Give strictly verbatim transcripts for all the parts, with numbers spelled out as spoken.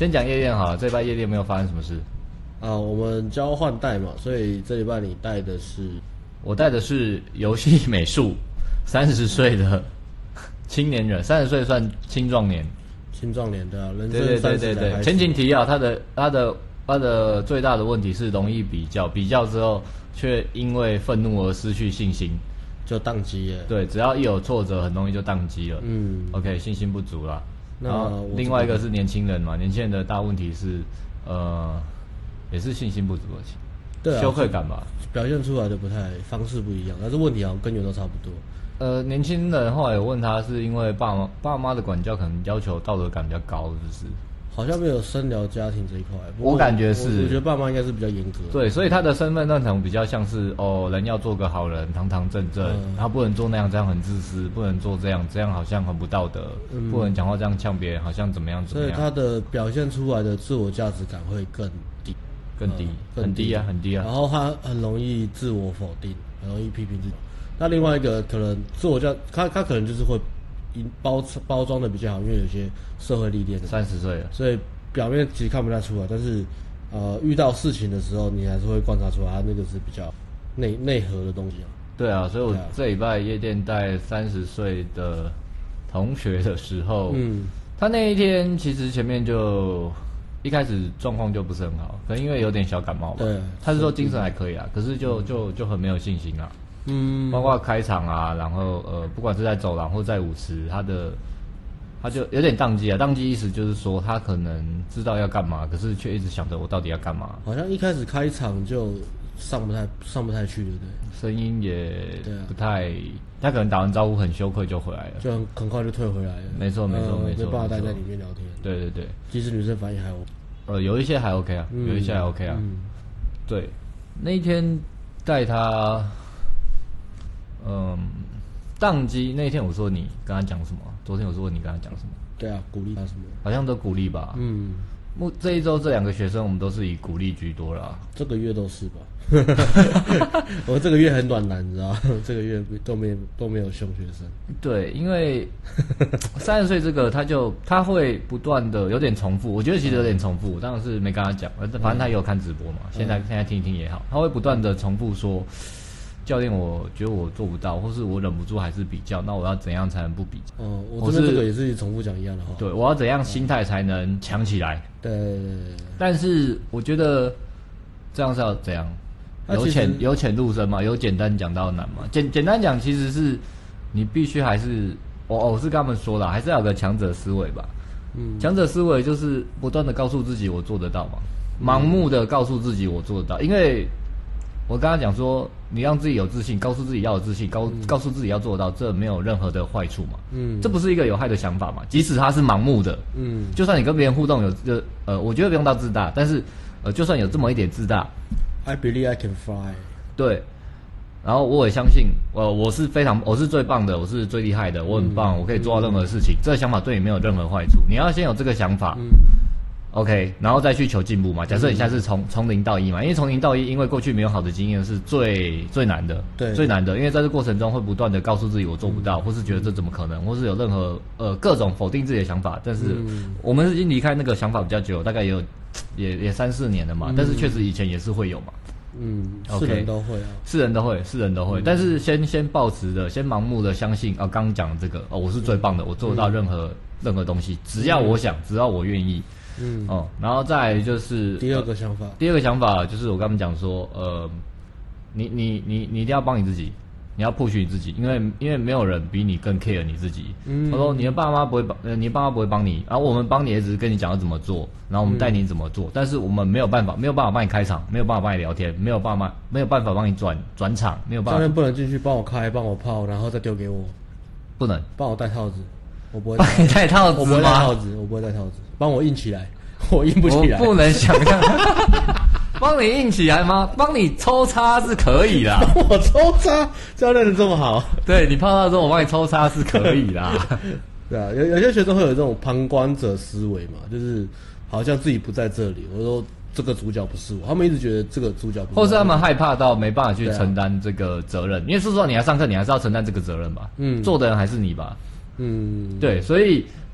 先讲夜店好了，这礼拜夜店没有发生什么事啊？我们交换带嘛，所以这礼拜你带的是， 我带的是游戏美术，三十岁的青年人，三十岁算青壮年， 青壮年对啊，人对对生对对对。前情提要，他的他的他的最大的问题是容易比较，比较之后却因为愤怒而失去信心， 就宕机了。 对，只要一有挫折，很容易就宕机了。 嗯 ，OK， 信心不足啦。 那然后另外一个是年轻人嘛，年轻人的大问题是，呃，也是信心不足的情， 对啊， 羞愧感吧， 表现出来的不太方式不一样，但是问题好像根源都差不多。 呃，年轻人后来有问他，是因为爸妈爸妈的管教可能要求道德感比较高，是不是？ 好像没有深聊家庭这一块， 我感觉是， 我, 我觉得爸妈应该是比较严格的。 对，所以他的身份认同比较像是哦，人要做个好人，堂堂正正，嗯、他不能做那样，这样很自私，不能做这样，这样好像很不道德，嗯、不能讲话这样呛别人，好像怎么样怎么样。 所以他的表现出来的自我价值感会更低， 更低， 呃、 很低啊，很低啊。 然后他很容易自我否定，很容易批评自己。那另外一个可能自我价，他他可能就是会包包装的比较好，因为有些社会历练的， 三十岁了， 所以。表面其实看不太出来，但是，呃，遇到事情的时候，你还是会观察出来，他那个是比较内内核的东西啊。 对啊，所以我这礼拜夜店带三十岁的同学的时候，嗯，他那一天其实前面就一开始状况就不是很好，可能因为有点小感冒吧。 对， 他是说精神还可以啊，可是就就就很没有信心啊。嗯，包括开场啊，然后呃，不管是在走廊或在舞池，他的。他就有点宕机啊，宕机意思就是说他可能知道要干嘛，可是却一直想着我到底要干嘛。 好像一开始开场就上不太上不太去，对不对？ 声音也不太，他可能打完招呼很羞愧就回来了， 就很很快就退回来了。 没错没错没错， 没办法待在里面聊天。 对对对， 即使女生反应还 OK， 呃，有一些还 OK 啊，嗯、有一些还 OK 啊。嗯、对，那一天带他，嗯。宕机那一天，我说你跟他讲什么？昨天我说你跟他讲什么？ 对啊，鼓励他什么？ 好像都鼓励吧。嗯，目这一周这两个学生，我们都是以鼓励居多啦。 这个月都是吧？我们这个月很暖男，你知道吗？这个月都没有都没有凶学生。 对，因为三十岁这个，他就他会不断的有点重复。我觉得其实有点重复，我当然是没跟他讲，反正他也有看直播嘛。现在、嗯、现在听一听也好，他会不断的重复说。教练，我觉得我做不到，或是我忍不住还是比较，那我要怎样才能不比较？ 哦，我真的这个也是重复讲一样的话。 对，我要怎样心态才能强起来？ 对对对对。 但是我觉得这样是要怎样？由浅由浅入深嘛，由简单讲到难嘛。简简单讲，其实是你必须还是我我是跟他们说了，还是要有个强者思维吧。嗯，强者思维就是不断的告诉自己我做得到嘛，盲目的告诉自己我做得到，因为。我刚刚讲说，你让自己有自信，告诉自己要有自信，告、嗯、告诉自己要做到，这没有任何的坏处嘛。嗯，这不是一个有害的想法嘛？即使他是盲目的，嗯，就算你跟别人互动有就呃，我觉得不用到自大，但是呃，就算有这么一点自大 ，I believe I can fly。 对，然后我也相信，我我是非常，我是最棒的，我是最厉害的，我很棒，嗯、我可以做到任何事情。嗯、这个想法对你没有任何坏处，你要先有这个想法。嗯OK， 然后再去求进步嘛。假设你现在是从从零到一嘛，因为从零到一，因为过去没有好的经验是最最难的， 对， 最难的。因为在这过程中会不断的告诉自己我做不到，嗯、或是觉得这怎么可能，或是有任何呃各种否定自己的想法。但是、嗯、我们已经离开那个想法比较久，大概也有也也三四年了嘛。嗯、但是确实以前也是会有嘛。 嗯，是人都会啊， 是人都会，是人都会。嗯、但是先先抱持的，先盲目的相信啊，刚刚讲这个哦，我是最棒的，我做得到任何、嗯、任何东西，只要我想，只要我愿意。嗯哦，然后再来就是第二个想法、呃， 第二个想法就是我跟他们讲说，呃，你你你你一定要帮你自己，你要 push 你自己，因为因为没有人比你更 care 你自己。嗯，他说你的爸妈不会帮，呃，你爸妈不会帮你，然后我们帮你也只是跟你讲要怎么做，然后我们带你怎么做，嗯、但是我们没有办法，没有办法帮你开场，没有办法帮你聊天，没有办法没有办法帮你转转场，没有办法。 教练不能进去帮我开，帮我泡，然后再丢给我， 不能帮我戴套子。我不会帮你戴套子吗？ 我不会戴套子，我不会戴套子，帮我硬起来，我硬不起来。 我不能想象，帮你硬起来吗？帮你抽插是可以啦。 帮我抽插，教练的这么好。 对你泡到之后，我帮你抽插是可以啦。 对啊，有有些学生会有这种旁观者思维嘛，就是好像自己不在这里，我说这个主角不是我，他们一直觉得这个主角不是我， 或是他们害怕到没办法去承担这个责任，啊、因为说实话，你来上课，你还是要承担这个责任吧。嗯，做的人还是你吧。嗯，对，所以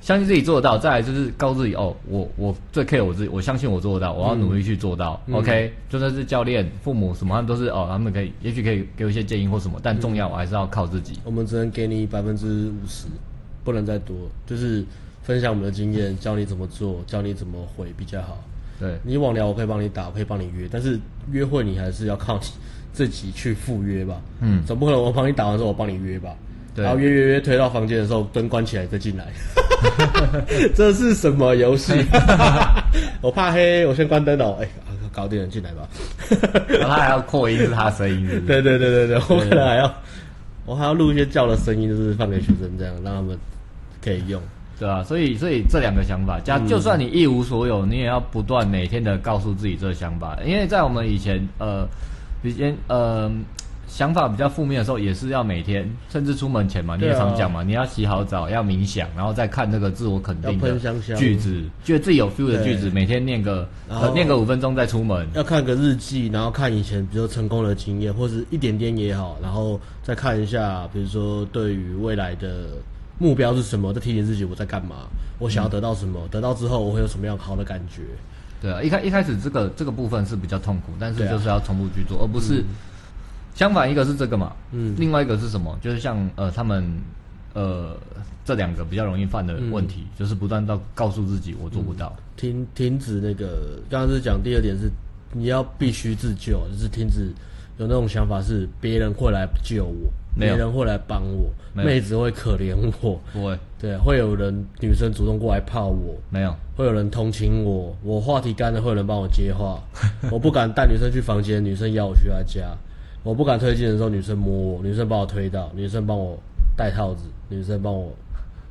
相信自己做得到，再来就是告诉自己哦，我我最 care 我自己，我相信我做得到，我要努力去做到。嗯、OK， 就算是教练、父母什么，他们都是哦，他们可以，也许可以给我一些建议或什么，但重要我还是要靠自己。 我们只能给你百分之五十，不能再多，就是分享我们的经验，教你怎么做，教你怎么回比较好。 对， 你网聊我可以帮你打，我可以帮你约，但是约会你还是要靠你自己去赴约吧。嗯，总不可能我帮你打完之后我帮你约吧。然后约约约推到房间的时候，灯关起来再进来，这是什么游戏？我怕黑，我先关灯哦。哎、欸，搞点人进来吧。 然后他还要扩音，是他的声音是不是？ 对对对对对，我可能还要，我还要录一些叫的声音，就是放给学生这样，让他们可以用。 对啊，所以所以这两个想法，加、嗯、就算你一无所有，你也要不断每天的告诉自己这个想法，因为在我们以前呃，以前呃。想法比较负面的时候，也是要每天，甚至出门前嘛，你也常讲嘛，你要洗好澡，要冥想，然后再看那个自我肯定的句子，觉得自己有 feel 的句子，每天念个呃念个五分钟再出门。 要看个日记，然后看以前比如说成功的经验，或是一点点也好，然后再看一下，比如说对于未来的目标是什么，再提醒自己我在干嘛，我想要得到什么，嗯、得到之后我会有什么样好的感觉。 对啊，一开一开始这个这个部分是比较痛苦，但是就是要重复去做，而不是。嗯相反，一个是这个嘛，嗯，另外一个是什么？就是像呃，他们呃这两个比较容易犯的问题，嗯、就是不断到告诉自己我做不到， 嗯、停停止那个，刚刚是讲第二点是你要必须自救，就是停止有那种想法是别人会来救我，别人会来帮我，妹子会可怜我， 不会， 对，会有人女生主动过来泡我， 没有， 会有人同情我，我话题干了会有人帮我接话，我不敢带女生去房间，女生邀我去她家。我不敢推进的时候，女生摸我，女生帮我推到，女生帮我戴套子，女生帮我，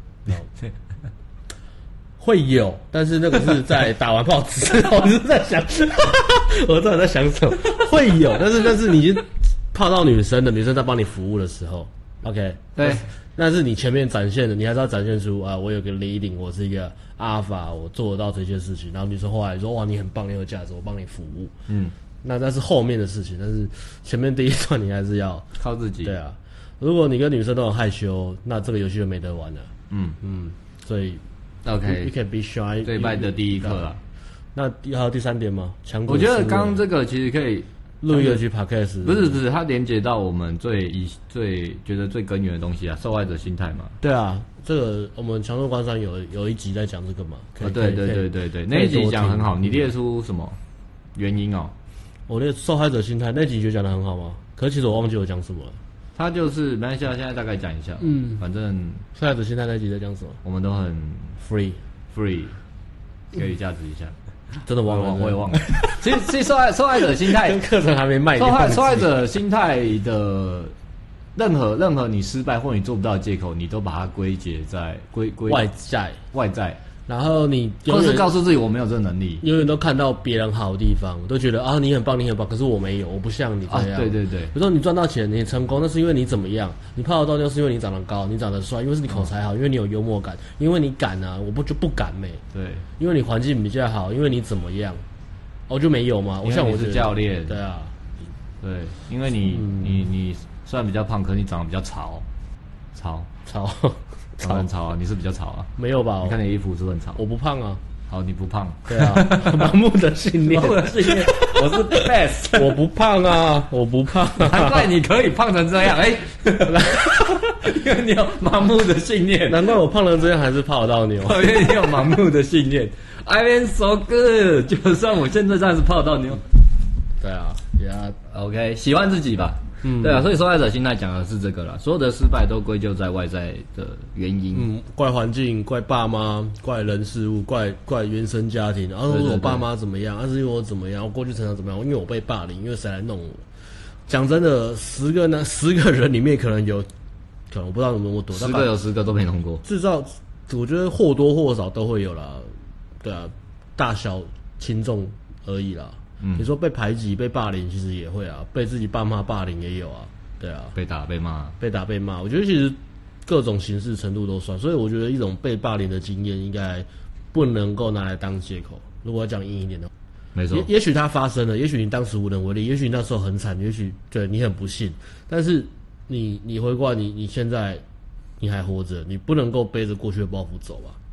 会有，但是那个是在打完炮之后，我是在想，我到底在想什么？会有，但是但是你已经泡到女生的，女生在帮你服务的时候 ，OK， 对， 但是你前面展现的，你还是要展现出啊，我有个 leading， 我是一个 alpha， 我做得到这些事情，然后女生后来说哇，你很棒，你有价值，我帮你服务，嗯。那那是后面的事情，但是前面第一段你还是要靠自己。 对啊，如果你跟女生都很害羞，那这个游戏就没得玩了。嗯嗯，所以 OK， you can be shy。 这一拜的第一课了。 那还有第三点吗？强国。 我觉得刚刚这个其实可以录一个去 podcast。 不是不是，它连接到我们最以最觉得最根源的东西啊，受害者心态嘛。 对啊，这个我们强弱关山有有一集在讲这个嘛。 啊，对对对对对，那一集讲很好，你列出什么原因哦？ 我那受害者心态那集你觉得讲得很好吗？可是其实我忘记我讲什么了。 他就是没关系，现在大概讲一下。嗯，反正受害者心态那集在讲什么？ 我们都很 free free， 给予价值一下。 真的忘了， 我也忘了。其实，其实受害受害者心态跟课程还没卖。 受害受害者心态的任何任何你失败或你做不到的借口，你都把它归结在归归外在外在。 然后你或是告诉自己我没有这个能力， 永远都看到别人好的地方，都觉得啊你很棒你很棒，可是我没有，我不像你这样。 啊、对对对， 比如说你赚到钱，你成功，那是因为你怎么样？你泡到妞是因为你长得高，你长得帅，因为是你口才好，因为你有幽默感，因为你敢啊，我不就不敢没。 对， 因为你环境比较好，因为你怎么样？我、哦、就没有吗？我像我是教练， 对啊， 对，因为你、嗯、你你虽然比较胖，可是你长得比较潮，潮潮。 潮很潮啊！你是比较潮啊？ 没有吧？ 你看你的衣服是不是很潮？ 我不胖啊。 好，你不胖。 对啊，盲目的信念。 盲目的信念。我是 best。 我不胖啊，我不胖、啊。 难怪你可以胖成这样，哎、欸，因为你有盲目的信念。 难怪我胖成这样还是泡到妞， 因为你有盲目的信念。I am so good， 就算我现在这样子泡到妞。 对啊，也、yeah. OK， 喜欢自己吧。嗯，对啊，所以受害者心态讲的是这个啦，所有的失败都归咎在外在的原因， 嗯，怪环境，怪爸妈，怪人事物，怪怪原生家庭，然后我爸妈怎么样，那、啊、是因为我怎么样，我过去成长怎么样，因为我被霸凌，因为谁来弄我？讲真的，十个呢，十个人里面可能有，可能我不知道有没有多， 十个有十个都没弄过， 至少我觉得或多或少都会有啦，对啊，大小轻重而已啦。嗯，你说被排挤、被霸凌，其实也会啊；被自己爸妈霸凌也有啊，对啊。 被打、被骂、 被打、被骂，我觉得其实各种形式程度都算。所以我觉得一种被霸凌的经验，应该不能够拿来当借口。如果要讲硬一点的话， 没错。 也也许它发生了，也许你当时无能为力，也许你那时候很惨，也许对你很不幸，但是你你回过来，你你现在你还活着，你不能够背着过去的包袱走吧？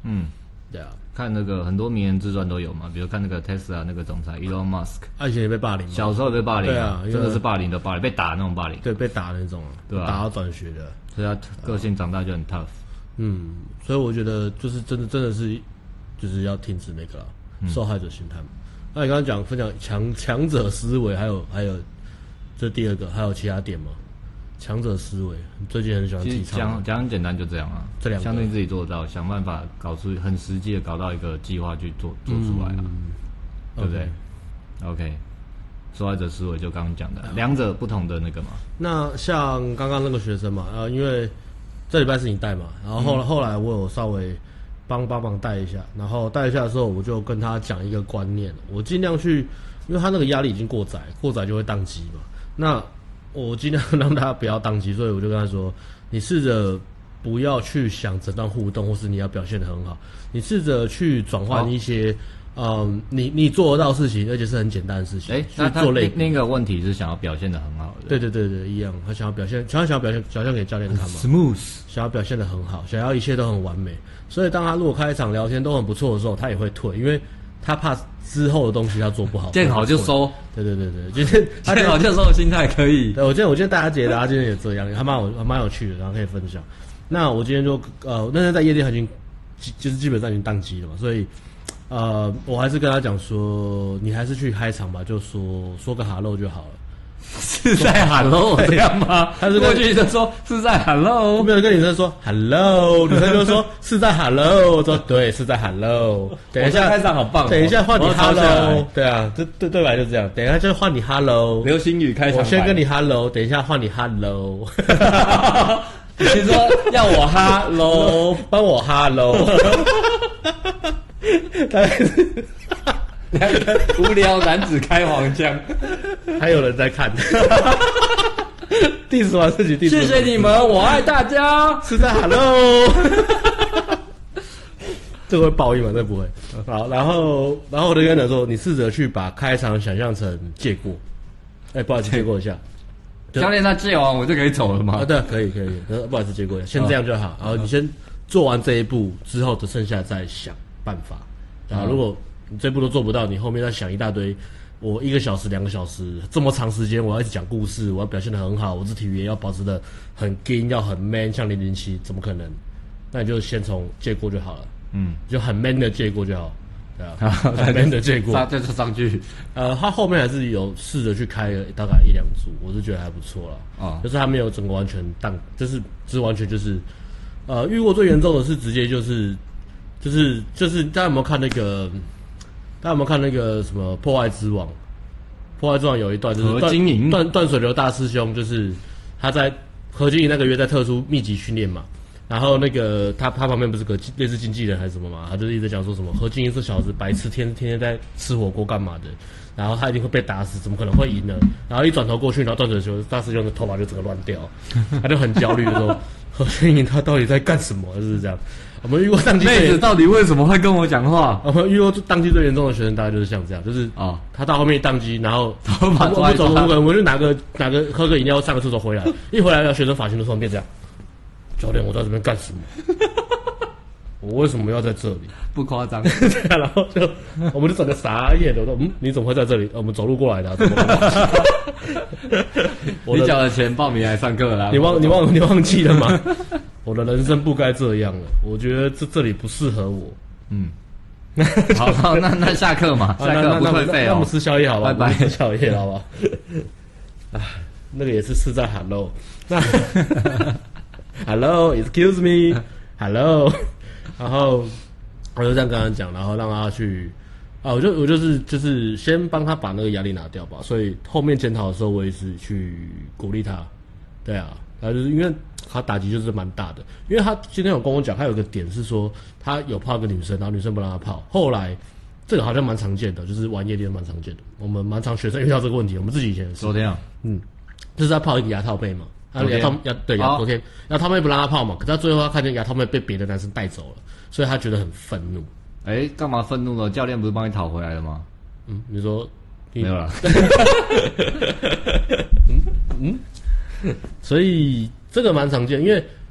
嗯， 对啊， 看那个很多名人自传都有嘛，比如看那个 Tesla 那个总裁 Elon Musk， 他以前也被霸凌嘛， 小时候也被霸凌， 对啊， 真的是霸凌的霸凌，被打那种霸凌， 对，被打的那种， 对吧、啊？ 打到转学的， 所以他个性长大就很 tough。 嗯，所以我觉得就是真的真的是就是要停止那个啦、嗯、受害者心态嘛。那你刚刚讲分享强强者思维，还有还有这第二个，还有其他点吗？强者思维，最近很喜欢提倡。 讲讲很简单，就这样啊。 这两个相信自己做得到，想办法搞出很实际的搞到一个计划去做做出来啊，嗯、对不对 ？OK，, okay. 受害者思维就刚刚讲的，两者不同的那个嘛。 那像刚刚那个学生嘛，呃，因为这礼拜是你带嘛，然后后来、嗯、后来我有稍微帮帮忙带一下，然后带一下的时候，我就跟他讲一个观念，我尽量去，因为他那个压力已经过载，过载就会宕机嘛。那我尽量让他不要宕机，所以我就跟他说，你试着不要去想整段互动，或是你要表现得很好，你试着去转换一些。嗯，你你做得到事情，而且是很简单的事情。哎、欸， 那他那那个问题是想要表现得很好的。 对对对对，一样。他想要表现，想要想要表现，表现给教练看嘛。 Smooth， 想要表现得很好，想要一切都很完美。所以当他如果开场聊天都很不错的时候，他也会退，因为他怕之后的东西他做不好。 见好就收。 对对对对，今天见好就收的心态可以。 对，我今天我今天大家觉得他今天也这样，还蛮有还蛮有趣的，然后可以分享。那我今天就呃，那天在夜店已经就是基本上已经宕机了嘛，所以。呃，我还是跟他讲说，你还是去开场吧，就说说个 hello 就好了。 是在 hello 这样吗？ 他是过去就说是在 hello， 没有人跟女生说 hello， 女生就说是在 hello， 我说对，是在 hello。等一下开场好棒、哦， 等一下换你 hello， 对啊，这对对白就这样，等一下就换你 hello。 流星雨开场， 我先跟你 hello， 等一下换你 hello。 你说要我 hello， 帮我 hello。大概是两个无聊男子开黄腔， 还有人在看。第十完自己第十， 谢谢你们，我爱大家。 是在 hello， 这个会爆音吗？这不会。好，然后然后我就跟他说，你试着去把开场想象成借过。哎、欸，不好意思，借过一下。 教练，那借完我就可以走了吗？ 啊，对，可以可以。不好意思，借过一下，先这样就好。然后你先做完这一步之后，的剩下再想办法。啊，如果你这步都做不到，你后面再想一大堆。我一个小时、两个小时这么长时间，我要一直讲故事，我要表现得很好，我肢体语言要保持得很 king， 要很 man， 像零零七，怎么可能？那你就先从借过就好了，嗯，就很 man 的借过就好，对啊，很 man 的借过， 再次上去。 呃，他后面还是有试着去开了大概一两组，我是觉得还不错了，啊，就是他没有整个完全当，就是就是完全就是，呃，遇过最严重的是直接就是。就是就是大家有没有看那个？大家有没有看那个什么《破坏之王》？《破坏之王》有一段就是何金莹断断水流大师兄，就是他在何金莹那个月在特殊密集训练嘛，然后那个他他旁边不是个类似经纪人还是什么嘛，他就是一直讲说什么何金莹这小子白痴，天天天在吃火锅干嘛的，然后他一定会被打死，怎么可能会赢呢？然后一转头过去，然后断水流大师兄的头发就整个乱掉，他就很焦虑的说何金莹他到底在干什么？就是这样。我们遇过宕机最妹子到底为什么会跟我讲话？ 我们遇过宕机最严重的学生，大概就是像这样，就是啊、哦，他到后面宕机，然后头发抓一抓， 我们走，我们就拿个拿个喝个饮料，上个厕所回来，一回来，学生发型就突然变这样。教练，我在这边干什么？我为什么要在这里？ 不夸张。 然后就我们就整个傻眼了，我说嗯，你怎么会在这里？我们走路过来的、啊，怎么你缴了钱报名来上课啦？ 你忘你忘你忘记了吗？我的人生不该这样了，我觉得这这里不适合我。嗯， 好，好，那那下课嘛，下课不退费哦。 那我们吃宵夜好吧？ 拜拜， 吃宵夜好吧？啊，那个也是是在 hello， 那 hello excuse me hello， 然后我就这样跟他讲，然后让他去啊，我就我就是就是先帮他把那个压力拿掉吧。所以后面检讨的时候，我也是去鼓励他。对啊，然后就是因为。他打击就是蛮大的，因为他今天有跟我讲，他有个点是说他有泡一个女生，然后女生不让他泡。后来这个好像蛮常见的，就是玩夜店蛮常见的。我们蛮常学生遇到这个问题，我们自己以前也是。 昨天啊， 嗯，就是他泡一个牙套妹嘛，啊牙套牙对牙昨天牙套妹不让他泡嘛，可是他最后他看见牙套妹被别的男生带走了，所以他觉得很愤怒。 哎、欸，干嘛愤怒了？教练不是帮你讨回来了吗？ 嗯，你说你没有啦。 嗯嗯，所以。这个蛮常见，因为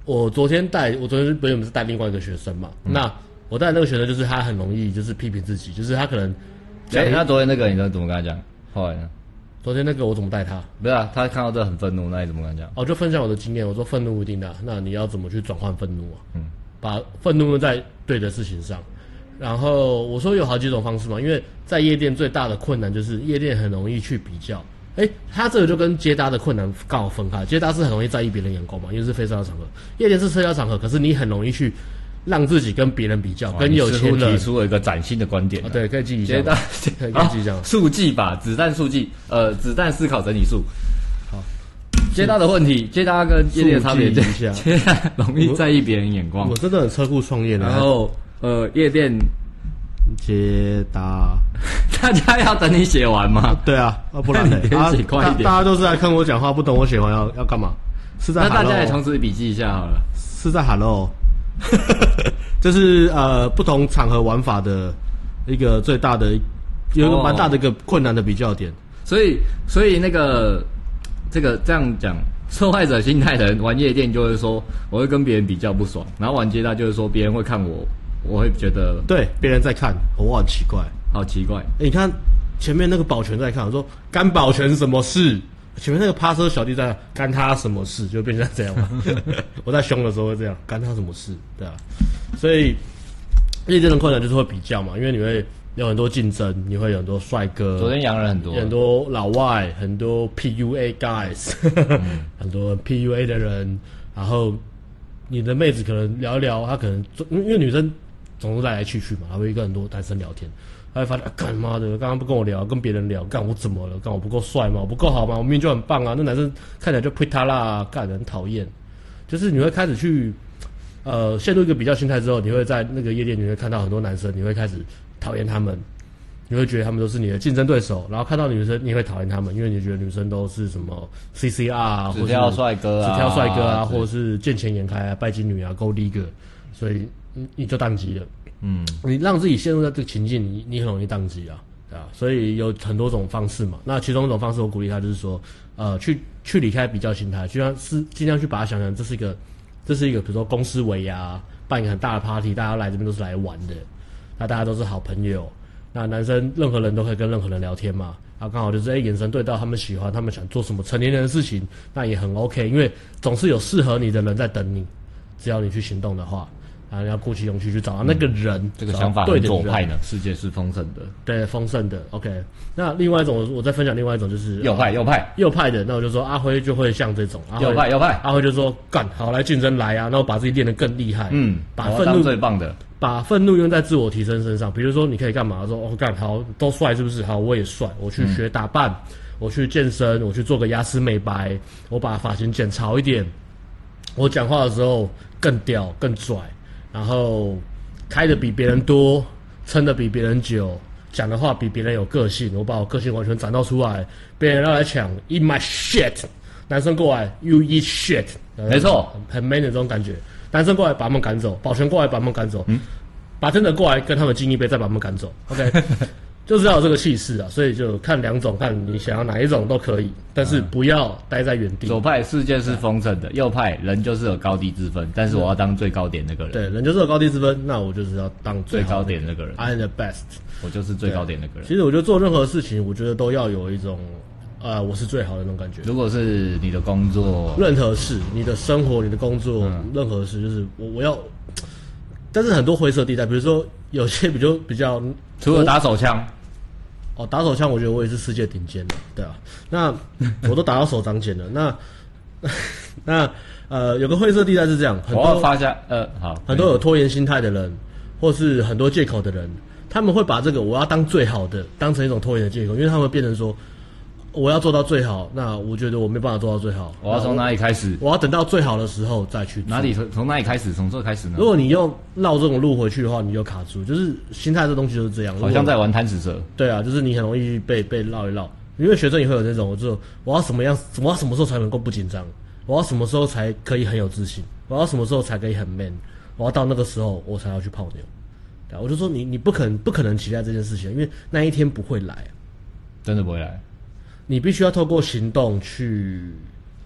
我昨天带我昨天本来是带另外一个学生嘛，嗯、那我带的那个学生就是他很容易就是批评自己，就是他可能， 哎、欸，那昨天那个你怎么跟他讲？后来呢？ 昨天那个我怎么带他？ 不是啊，他看到这很愤怒，那你怎么跟他讲？ 哦，就分享我的经验，我说愤怒一定的，那你要怎么去转换愤怒啊？嗯，把愤怒用在对的事情上。然后我说有好几种方式嘛，因为在夜店最大的困难就是夜店很容易去比较。哎，他这个就跟接搭的困难刚好分开。接搭是很容易在意别人眼光嘛，因为是非社交场合；夜店是社交场合，可是你很容易去让自己跟别人比较，跟有钱人。 提出了一个崭新的观点、啊哦。对，可以记一下。 接搭可以记一下。 速记吧，子弹速记，呃，子弹思考整理术。好，接搭的问题，接搭跟夜店的差别一下。接搭容易在意别人眼光。 我真的很车库创业的。 然后，呃，夜店。 接搭， 大家要等你写完吗？ 对啊，啊不然呢？ 写快一点。 大家都是来看我讲话，不等我写完要要干嘛？是在 hello, 那大家也同时笔记一下好了。 是在 hello， 这是呃不同场合玩法的一个最大的，有一个蛮大的一个困难的比较点。哦、 所以所以那个这个这样讲，受害者心态的人玩夜店就会说，我会跟别人比较不爽，然后玩接搭就是说别人会看我。我会觉得对别人在看我很奇怪， 好奇怪。 欸、你看前面那个保全在看，我说干保全什么事？前面那个趴车小弟在干他什么事？就变成这样嘛。我在凶的时候会这样干他什么事？对啊，所以夜店的困难就是会比较嘛，因为你会有很多竞争，你会有很多帅哥， 昨天洋人很多， 很多老外，很多 P U A guys，、嗯、很多 P U A 的人，然后你的妹子可能聊一聊，她可能因为女生。总是来来去去嘛，还会跟很多男生聊天，他会发现，干妈的，刚刚不跟我聊，跟别人聊，干我怎么了？干我不够帅吗？我不够好吗？我明明就很棒啊！那男生看起来就呸他啦，干人很讨厌。就是你会开始去，呃，陷入一个比较心态之后，你会在那个夜店，你会看到很多男生，你会开始讨厌他们，你会觉得他们都是你的竞争对手，然后看到女生，你会讨厌他们，因为你觉得女生都是什么 C C R 啊，或者只挑帅哥啊， 只挑帅哥啊，或者是见钱眼开啊，拜金女啊，Gold Digger，所以。你你就宕机了，嗯，你让自己陷入在这个情境，你你很容易宕机啊，对啊，所以有很多种方式嘛。那其中一种方式，我鼓励他就是说，呃，去去离开比较心态，尽量是尽量去把它想想，这是一个，这是一个，比如说公司尾牙办一个很大的 party， 大家来这边都是来玩的，那大家都是好朋友，那男生任何人都可以跟任何人聊天嘛，然后刚好就是哎、欸、眼神对到，他们喜欢，他们想做什么成年人的事情，那也很 OK， 因为总是有适合你的人在等你，只要你去行动的话。啊，你要鼓起勇气去找到那个人，嗯、 这个想法很左派呢。世界是丰盛的， 对，丰盛的。OK， 那另外一种，我再分享另外一种就是右派，右派， 右派的。那我就说阿辉就会像这种， 右派，右派。 阿辉就说干好来竞争来啊，然后把自己练得更厉害。嗯，把愤怒最棒的， 把愤怒用在自我提升身上。比如说你可以干嘛？说哦干好都帅是不是？好我也帅，我去学打扮，嗯、我去健身，我去做个牙齿美白，我把发型剪潮一点，我讲话的时候更屌更拽。然后开的比别人多，撑的比别人久，讲的话比别人有个性，我把我个性完全展露出来，别人要来抢 eat my shit， 男生过来 you eat shit， 没错， 很 man 的这种感觉，男生过来把他们赶走，保全过来把他们赶走，嗯，把真的过来跟他们敬一杯，再把他们赶走 ，OK。就是要有这个气势啊，所以就看两种，看你想要哪一种都可以，但是不要待在原地。 左派世界是丰盛的，右派人就是有高低之分，但是我要当最高点那个人。 对，人就是有高低之分，那我就是要当最高点那个人。 I'm the best， 我就是最高点那个人。 其实我觉得做任何事情，我觉得都要有一种，呃，我是最好的那种感觉。 如果是你的工作， 任何事，你的生活，你的工作，嗯、任何事，就是我我要，但是很多灰色地带，比如说有些比较比较， 除了打手枪。 哦，打手枪，我觉得我也是世界顶尖的，对啊。那我都打到手掌茧了。那那呃，有个灰色地带是这样，很多我要发下呃好， 很多有拖延心态的人，或是很多借口的人，他们会把这个我要当最好的当成一种拖延的借口，因为他们会变成说我要做到最好，那我觉得我没办法做到最好。 我要从哪里开始？ 我要等到最好的时候再去做。 哪里从从哪里开始？从这开始呢？ 如果你用绕这种路回去的话，你就卡住。就是心态这东西就是这样， 好像在玩贪食蛇。 对啊，就是你很容易被被绕一绕。因为学生也会有这种，我就我要什么样，我要什么时候才能够不紧张？我要什么时候才可以很有自信？我要什么时候才可以很 man？我要到那个时候我才要去泡妞。对啊，我就说你你不可能不可能期待这件事情，因为那一天不会来， 真的不会来。 你必须要透过行动去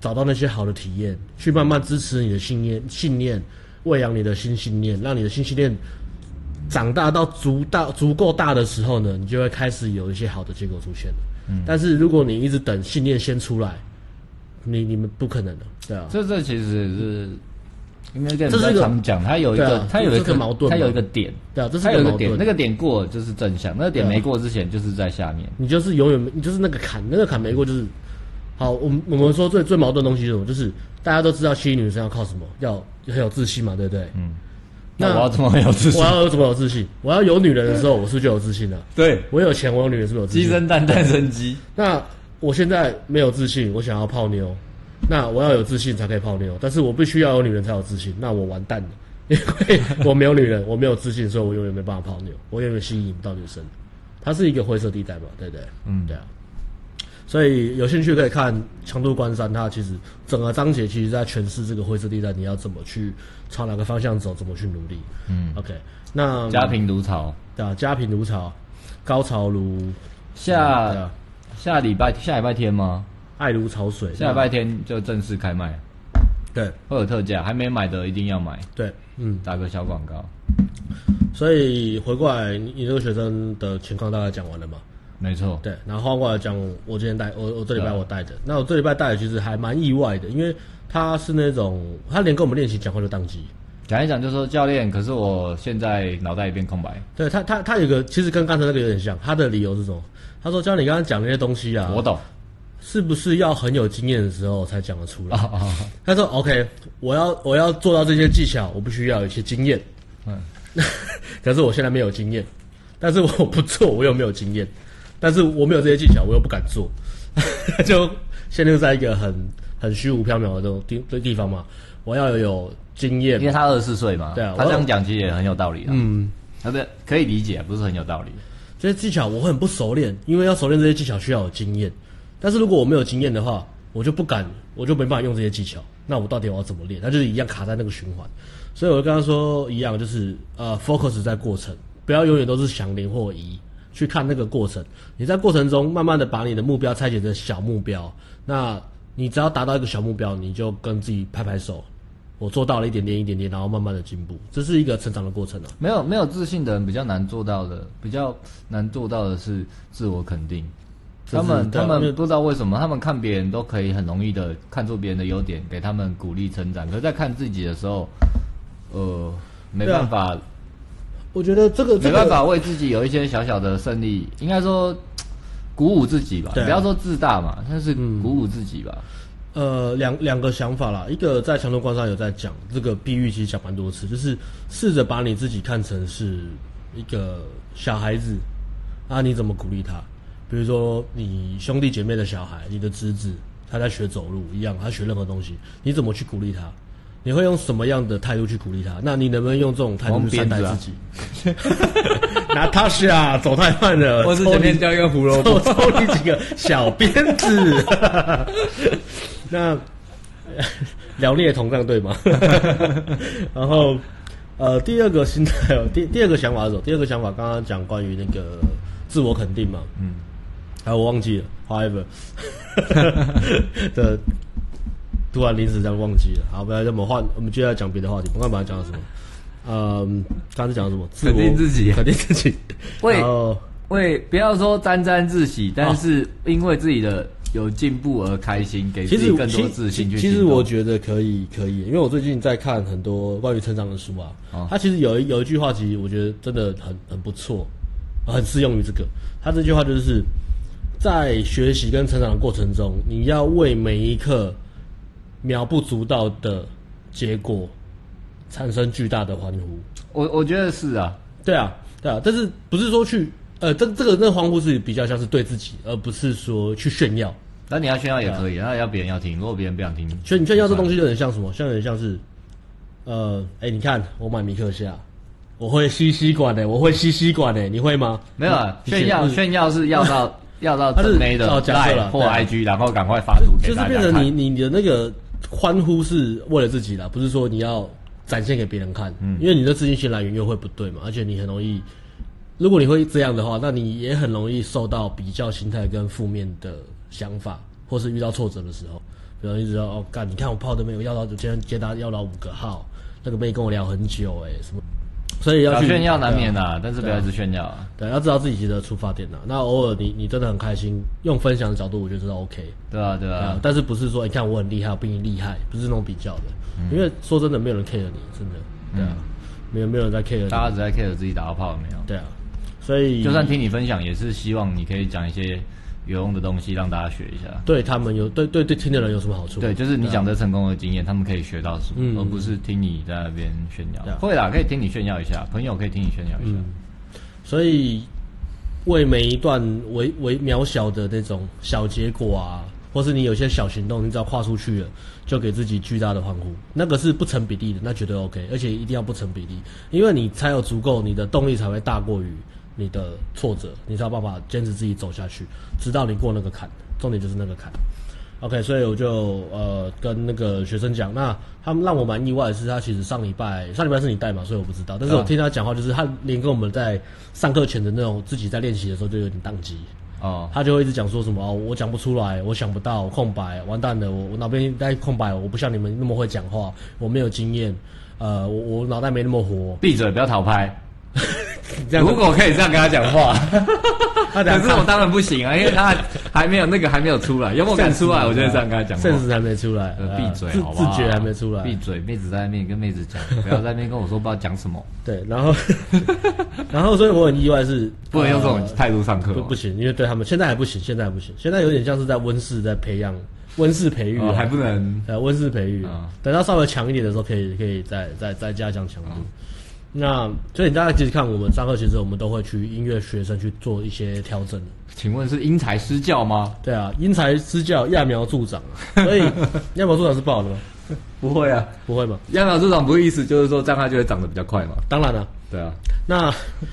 找到那些好的体验，去慢慢支持你的信念，信念喂养你的新信念，让你的新信念长大到足大足够大的时候呢，你就会开始有一些好的结果出现了。嗯，但是如果你一直等信念先出来，你你们不可能的，对啊。 这这其实是应该跟人家常讲，它有一个它、啊、有一个矛盾， 它有一个点， 对啊，这是一个矛盾。 点，那个点过就是正向，那个点没过之前就是在下面， 你就是永远你就是那个坎，那个坎没过就是。好，我们我们说最最矛盾的东西是什么？就是大家都知道吸引女生要靠什么，要很有自信嘛，对不对？ 嗯。那我要怎么有自信？ 我要怎么有自信？我要有女人的时候，我是不是就有自信了？ 对， 我有钱，我有女人是不是有自信？ 鸡生蛋，蛋生鸡。 那我现在没有自信，我想要泡妞，那我要有自信才可以泡妞，但是我必须要有女人才有自信，那我完蛋了，因为我没有女人，我没有自信，所以我永远没办法泡妞，我永远吸引不到女生。它是一个灰色地带嘛，对不对？嗯，对啊。所以有兴趣可以看《强度关山》，它其实整个章节其实在诠释这个灰色地带，你要怎么去朝哪个方向走，怎么去努力。嗯 ，OK， 那家贫如潮， 对啊，家贫如潮，高潮如下、嗯啊、下礼拜下礼拜天吗？ 爱如潮水， 下礼拜天就正式开卖， 对， 会有特价，还没买的一定要买。 对，嗯， 打个小广告。 所以回过来，你你这个学生的情况大概讲完了嘛？ 没错， 对，然后换过来讲，我今天带我我这礼拜我带的，那我这礼拜带的其实还蛮意外的，因为他是那种他连跟我们练习讲话就宕机， 讲一讲就说教练，可是我现在脑袋一片空白。 对他他他有个其实跟刚才那个有点像，他的理由是什么？他说教练，你刚刚讲那些东西啊， 我懂， 是不是要很有经验的时候才讲得出来？哦哦、他说 OK， 我要我要做到这些技巧，我必须要有一些经验，嗯，可是我现在没有经验，但是我不做，我又没有经验。但是我没有这些技巧，我又不敢做，就陷入在一个很很虚无缥缈的这种地这地方嘛。我要有经验， 因为他二十四岁嘛， 对啊， 他这样讲其实也很有道理啊。 嗯， 他的可以理解，不是很有道理。 这些技巧我很不熟练，因为要熟练这些技巧需要有经验。但是如果我没有经验的话，我就不敢，我就没办法用这些技巧。那我到底我要怎么练？他就是一样卡在那个循环。所以我就跟他说一样，就是呃 ，focus 在过程，不要永远都是想零或一。去看那个过程，你在过程中慢慢的把你的目标拆解成小目标，那你只要达到一个小目标，你就跟自己拍拍手，我做到了一点点一点点，然后慢慢的进步，这是一个成长的过程啊。 没有没有自信的人比较难做到的，比较难做到的是自我肯定。他们他们不知道为什么，他们看别人都可以很容易的看出别人的优点，给他们鼓励成长，可是在看自己的时候，呃，没办法。 我觉得这个、这个、 没办法为自己有一些小小的胜利，应该说鼓舞自己吧，啊、不要说自大嘛，但是鼓舞自己吧。 嗯、呃，两两个想法啦，一个在强度关山有在讲这个比喻，其实讲蛮多次，就是试着把你自己看成是一个小孩子啊，你怎么鼓励他？比如说你兄弟姐妹的小孩，你的侄子他在学走路一样，他学任何东西，你怎么去鼓励他？你会用什么样的态度去鼓励他？那你能不能用这种态度去善待自己？拿他是啊，走太慢了， 我是前面掉一个胡萝卜， 抽你几个小鞭子。那辽烈同样对吗？然后呃，第二个心态哦，第第二个想法是什么？第二个想法刚刚讲关于那个自我肯定嘛，嗯，啊，我忘记了 ，however 的。突然临时这样忘记了，好，不要这么换，我们接下来讲别的话题。我刚刚本来讲什么？嗯，刚才讲什么？ 肯定自己， 肯定自己。 为为不要说沾沾自喜，但是因为自己的有进步而开心，给自己更多自信去。 其实我觉得可以，可以，因为我最近在看很多关于成长的书啊。哦、他其实有一有一句话，其实我觉得真的很很不错，很适用于这个。他这句话就是，在学习跟成长的过程中，你要为每一刻渺不足道的结果产生巨大的欢呼。 我我觉得是啊， 对啊，对啊，但是不是说去呃，这这个那个欢呼是比较像是对自己，而不是说去炫耀。 那你要炫耀也可以，那、啊、要别人要听，如果别人不想听， 炫炫耀这东西就很像什么？像很像是呃，哎、欸，你看我买米克夏，我会吸吸管的、欸，我会吸吸管的、欸，你会吗？ 没有啊，炫耀炫耀是要到要到正妹的 Line 或 I G， 然后赶快发图给大家看。 就是变成你你你的那个欢呼是为了自己啦，不是说你要展现给别人看，嗯，因为你的自信心来源又会不对嘛，而且你很容易，如果你会这样的话，那你也很容易受到比较心态跟负面的想法或是遇到挫折的时候，比如一直要哦干，你看我炮都没有要到，今天接他要到五个号，那个妹跟我聊很久哎、欸、什么。所以要去炫耀难免啦、啊，但是不要一直炫耀啊。 对，要知道自己的出发点啊。那偶尔你你真的很开心，用分享的角度，我觉得这是 OK。 对啊，对啊。对啊， 但是不是说你看我很厉害，我比你厉害，不是那种比较的。嗯、因为说真的，没有人 care 你，真的。对啊，嗯、没有没有人在 care 你。 大家只在 care 自己打到炮有没有？ 对啊。所以就算听你分享，也是希望你可以讲一些有用的东西让大家学一下， 对他们有对对对听的人有什么好处？ 对，就是你讲的成功的经验，他们可以学到什么，嗯、而不是听你在那边炫耀。啊、会啦，可以听你炫耀一下，朋友可以听你炫耀一下。嗯、 所以为每一段微微渺小的那种小结果啊，或是你有些小行动，你只要跨出去了，就给自己巨大的欢呼。那个是不成比例的，那绝对 OK， 而且一定要不成比例，因为你才有足够，你的动力才会大过于你的挫折，你才有办法坚持自己走下去，直到你过那个坎。重点就是那个坎。OK， 所以我就呃跟那个学生讲，那他们让我蛮意外的是，他其实上礼拜上礼拜是你带嘛，所以我不知道，但是我听他讲话，就是他连跟我们在上课前的那种自己在练习的时候就有点宕机。哦，他就会一直讲说什么哦，我讲不出来，我想不到，空白，完蛋了，我我脑边在空白，我不像你们那么会讲话，我没有经验，呃，我我脑袋没那么活， 闭嘴，不要讨拍。如果可以这样跟他讲话，可是我当然不行啊，因为他还没有那个还没有出来，幽默感出来，我就会这样跟他讲话。 甚至还没出来， 闭嘴，好不好？自觉还没出来， 闭嘴，妹子在那边跟妹子讲，不要在那边跟我说不知道讲什么。 对，然后，然后，所以我很意外是不能用这种态度上课， 不不行，因为对他们现在还不行，现在还不行，现在有点像是在温室在培养。温室培育、啊哦、 还不能， 呃，温室培育，哦、等到稍微强一点的时候，可以可以再再再加强强度。哦、那所以大家其实看我们上课，其实我们都会去音乐学生去做一些调整。 请问是因材施教吗？ 对啊，因材施教，揠苗助长啊。所以揠苗助长是不好的吗？ 不会啊， 不会吗？ 揠苗助长不是意思就是说这样它就会长得比较快嘛？ 当然了、啊， 对啊。 那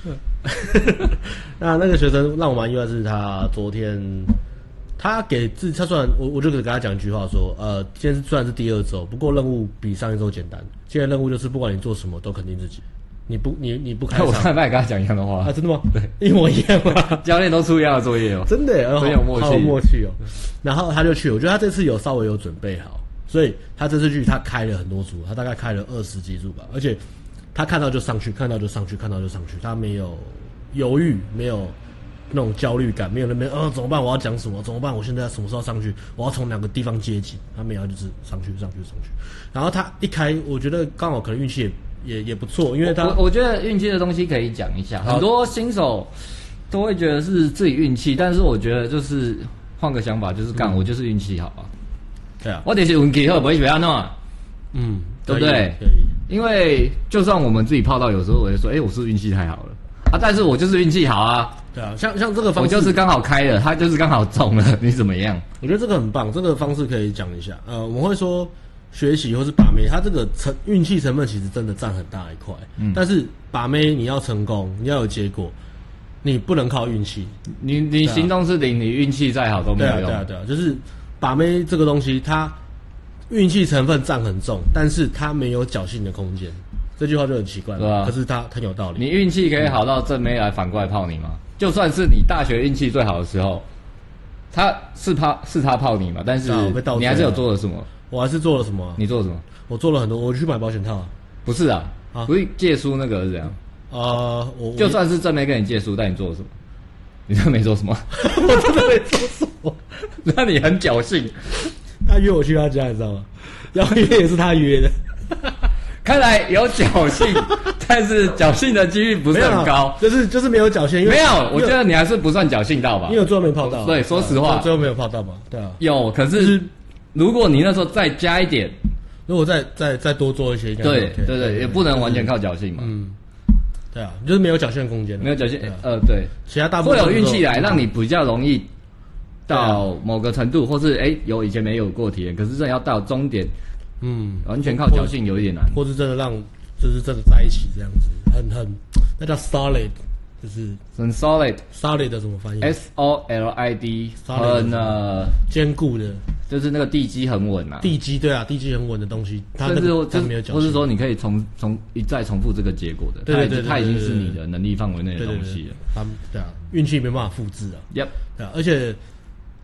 那那个学生让我蛮意外，是他昨天。他给自他虽然我我就给他讲一句话说，呃，今天虽然是第二周，不过任务比上一周简单。现在任务就是不管你做什么都肯定自己，你不你你不开场， 我上礼拜跟他讲一样的话啊，真的吗？ 对， 一模一样吗？ 教练都出一样的作业哦， 真的耶， 很有默契， 好有默契哦。然后他就去，我觉得他这次有稍微有准备好，所以他这次去他开了很多组，他大概开了二十几组吧，而且他看到就上去，看到就上去，看到就上去，他没有犹豫，没有。那种焦虑感没有那边，呃，怎么办？我要讲什么？怎么办？我现在什么时候上去？我要从两个地方接近。他没有，就是上去，上去，上去。然后他一开，我觉得刚好可能运气也也也不错，因为他我我觉得运气的东西可以讲一下。很多新手都会觉得是自己运气，但是我觉得就是换个想法，就是干、嗯、我就是运气好啊。 对啊， 我就是运气好，不会被他弄啊。嗯，对不对？ 可以。 因为就算我们自己泡到，有时候我会说，哎、欸，我是运气太好了啊，但是我就是运气好啊。 对啊，像像这个方式， 我就是刚好开了，他就是刚好中了，你怎么样？ 我觉得这个很棒，这个方式可以讲一下。呃，我会说学习或是把妹，它这个成运气成分其实真的占很大一块。嗯，但是把妹你要成功，你要有结果，你不能靠运气。 你你行动是零，你运气再好都没有用。 对啊，对啊，对啊，就是把妹这个东西，它运气成分占很重，但是它没有侥幸的空间。这句话就很奇怪了，对啊，可是它很有道理。 你运气可以好到正妹来反过来泡你吗？就算是你大学运气最好的时候，他是他是他泡你嘛？但是你还是有做了什么？ 我还是做了什么、啊？ 你做了什么？ 我做了很多，我去买保险套、啊。 不是啊，啊不是借书那个是怎样？ 呃，我就算是正妹跟你借书，但你做了什么？你真的没做什么？ 我真的没做什么。 那你很侥幸。 他约我去他家，你知道吗？邀约也是他约的。 看来有侥幸，但是侥幸的几率不是很高， 就是就是没有侥幸。 没有，我觉得你还是不算侥幸到吧？ 因为最后没泡到。 对，说实话， 最后没有泡到嘛？对啊。 有，可是如果你那时候再加一点， 如果再再再多做一些，应该对对对，也不能完全靠侥幸嘛。 嗯，对啊，就是没有侥幸的空间， 没有侥幸。呃，对， 其他大部分会有运气来让你比较容易到某个程度，或是哎有以前没有过体验，可是真的要到终点。嗯，完全靠侥幸有一点难， 或是真的让，就是真的在一起这样子，很很，那叫 solid， 就是很 solid，solid 的怎么翻译 ？S O L I D， 很呃坚固的， 就是那个地基很稳啊。 地基对啊，地基很稳的东西，它甚至它没有侥幸， 或是说你可以重重一再重复这个结果的， 对对对， 它已经是你的能力范围内的东西了。 他们对啊，运气没办法复制啊。 Yep， 对啊，而且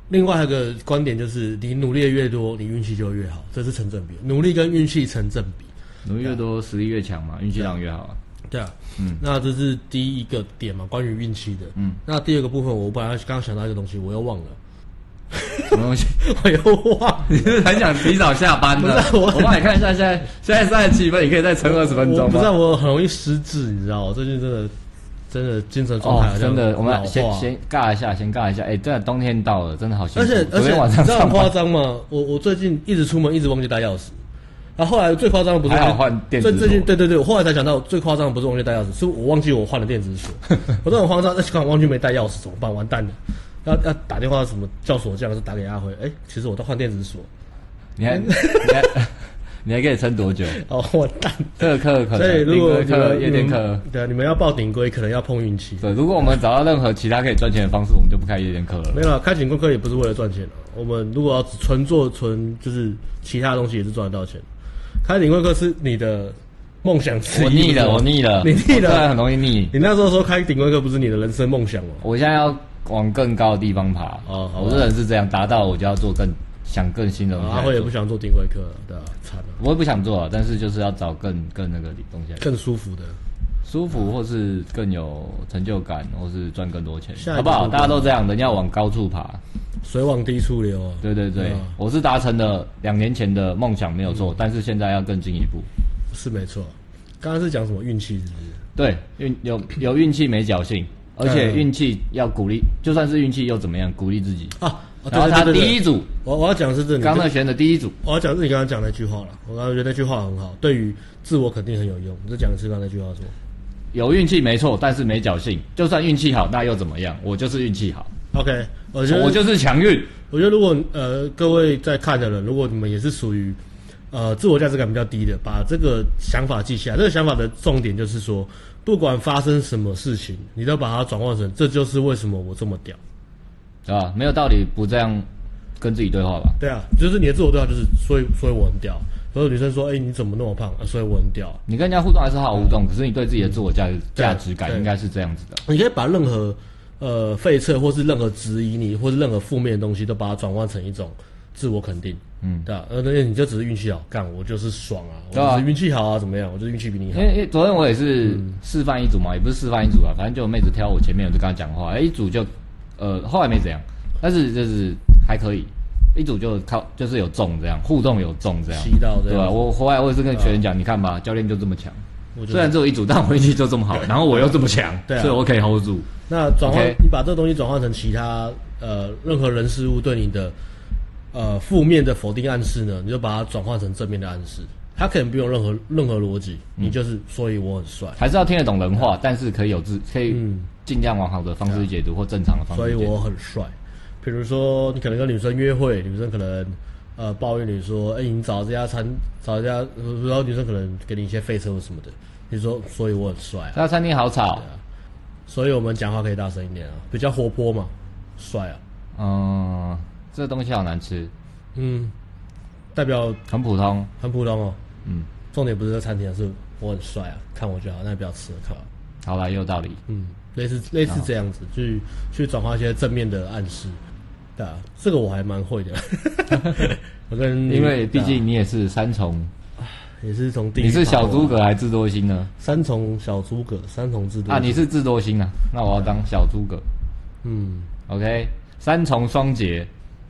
另外一个观点就是，你努力的越多，你运气就会越好，这是成正比，努力跟运气成正比。 努力越多，实力越强嘛，运气当然越好啊。 对啊，嗯，那这是第一个点嘛，关于运气的。嗯，那第二个部分，我本来刚刚想到一个东西，我又忘了。 什么东西？ 我又忘。 你是很想提早下班的？我我帮你看一下，现在现在三十七分，你可以再撑二十分钟吗？ 我不知道，我很容易失智，你知道，我最近真的真的精神状态、 哦、真的，我们先先尬一下，先尬一下。哎、欸，真的冬天到了，真的好辛苦。 而且而且晚上你知道很夸张吗？我我最近一直出门，一直忘记带钥匙。然后后来最夸张的不是还好换电子锁， 最最近对对对，我后来才想到最夸张的不是忘记带钥匙，是我忘记我换了电子锁。我都很慌张，那刚好忘记没带钥匙怎么办？完蛋了！要要打电话什么叫锁匠，是打给阿辉。哎、欸，其实我都换电子锁。 你还你还你还可以撑多久？ 哦，完蛋！ 这个课可能， 所以如果课夜店课， 对，你们要报顶规，可能要碰运气。 对，如果我们找到任何其他可以赚钱的方式，我们就不开夜店课了。 没有，开顶规课也不是为了赚钱的。我们如果要纯做纯，就是其他东西也是赚得到钱。开顶规课是你的梦想之一。 我腻了，我腻了， 你腻了， 很容易腻。 你那时候说开顶规课不是你的人生梦想吗？ 我现在要往更高的地方爬。 哦， 我这人是这样，达到我就要做更想更新的东西。 阿辉也不想做顶规课，对啊，惨了。 我也不想做，但是就是要找更更那个东西， 更舒服的， 舒服或是更有成就感，或是赚更多钱，好不好？大家都这样，人要往高处爬。 水往低处流啊！ 对对对，嗯、我是达成了两年前的梦想没有错，嗯、但是现在要更进一步。 是没错，刚刚是讲什么运气是不是？ 对，运有有运气没侥幸，而且运气要鼓励，就算是运气又怎么样？鼓励自己啊！然后他第一组， 我我要讲的是这里， 刚才选的第一组， 我要讲是你刚刚讲那句话了。我刚刚觉得那句话很好，对于自我肯定很有用。你再讲一次刚才那句话说： 有运气没错，但是没侥幸。就算运气好，那又怎么样？我就是运气好。 OK， 我觉得我就是强运。 我觉得如果呃各位在看的人，如果你们也是属于呃自我价值感比较低的，把这个想法记下来。这个想法的重点就是说，不管发生什么事情，你都把它转换成这就是为什么我这么屌， 对吧？没有道理不这样跟自己对话吧？ 对啊，就是你的自我对话就是所以所以我很屌。所有女生说：“哎、欸，你怎么那么胖？啊、所以我很屌。” 你跟人家互动还是好互动，嗯、可是你对自己的自我价值价、嗯、值感应该是这样子的。 你可以把任何呃废测或是任何质疑你或是任何负面的东西，都把它转换成一种自我肯定。嗯，对啊，而且你就只是运气好，干我就是爽啊，我就是运气好啊，怎么样？我就是运气比你好。 因为昨天我也是示范一组嘛，嗯、也不是示范一组啊，反正就有妹子挑我前面，我就跟她讲话，哎、欸，一组就呃后来没怎样，但是就是还可以。一组就靠就是有中这样互动有中这样， 吸到对吧？我后来我也是跟学员讲，你看吧，教练就这么强，虽然只有一组，但我运气就这么好，然后我又这么强，对、啊，所以我可以 hold 住。 那转换， Okay? 你把这个东西转换成其他呃任何人事物对你的呃负面的否定暗示呢，你就把它转换成正面的暗示。它可能不用任何任何逻辑，嗯、你就是所以我很帅， 还是要听得懂人话，嗯、但是可以有自可以尽量往好的方式解读、嗯、或正常的方式解读。 所以我很帅。比如说，你可能跟女生约会，女生可能呃抱怨你说，哎、欸，你找这家餐，找这家，然后女生可能给你一些废车或什么的，你说，所以我很帅、啊。 这家餐厅好吵、啊， 所以我们讲话可以大声一点啊，比较活泼嘛，帅啊。 嗯，这东西好难吃。 嗯，代表很普通， 很普通哦。 嗯， 重点不是在餐厅，是我很帅啊，看我就好，那不要吃了，靠。 好啦，也有道理。 嗯，类似类似这样子，去去转化一些正面的暗示。对啊，这个我还蛮会的。我跟因为毕竟你也是三重， 也是从第一。 你是小诸葛还是智多星呢？ 三重小诸葛，三重智多星啊，你是智多星啊？那我要当小诸葛。 嗯 ，OK， 三重双节。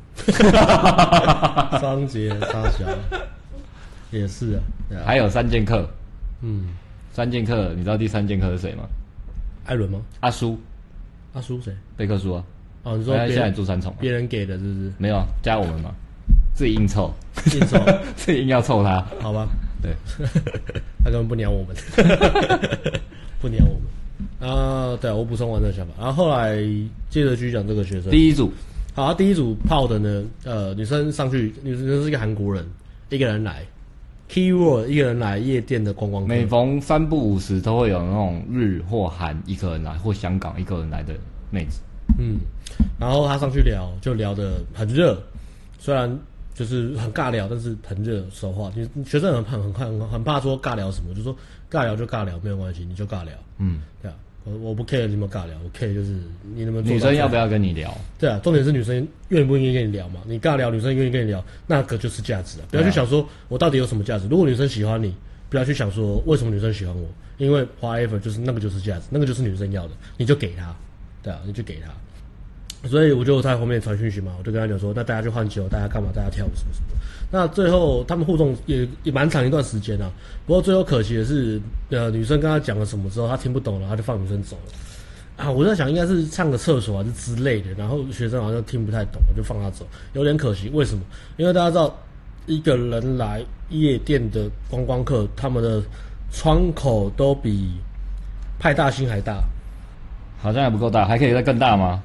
双节三小也是啊，啊还有三剑客。 嗯， 三剑客，你知道第三剑客是谁吗？ 艾伦吗？ 阿叔。 阿叔谁？ 贝克书啊。 哦，你说现在住三重， 别人给的，是不是？ 没有啊，加我们嘛，自己硬凑， 硬凑， 自己硬要凑他， 好吧？ 对， 他根本不鸟我们，不鸟我们啊！对啊，我补充完这个想法，然后后来接着继续讲这个学生。 第一组， 好，他第一组泡的呢，呃，女生上去，女生是一个韩国人，一个人来 ，keyword 一个人来夜店的观光客， 每逢三不五时都会有那种日或韩一个人来，或香港一个人来的妹子。 嗯，然后他上去聊，就聊得很热，虽然就是很尬聊，但是很热。说话，你学生很怕，很怕，很怕说尬聊什么，就说尬聊就尬聊，没有关系，你就尬聊。嗯，对啊。 我我不 care 你们尬聊，我 care 就是你能不能做。 女生要不要跟你聊？ 对啊，重点是女生愿不愿意跟你聊嘛？你尬聊，女生愿意跟你聊，那个就是价值啊！不要去想说我到底有什么价值。如果女生喜欢你，不要去想说为什么女生喜欢我，因为 whatever 就是那个就是价值，那个就是女生要的，你就给她，对啊，你就给她。所以我就在后面传讯息嘛，我就跟他讲说，那大家去换酒，大家干嘛？大家跳舞什么什么的。那最后他们互动也也蛮长一段时间啊。不过最后可惜的是，呃，女生跟他讲了什么之后，他听不懂了，他就放女生走了。啊，我在想应该是上个厕所还是之类的，然后学生好像听不太懂，就放他走，有点可惜。为什么？因为大家知道，一个人来夜店的观光客，他们的窗口都比派大星还大， 好像还不够大，还可以再更大吗？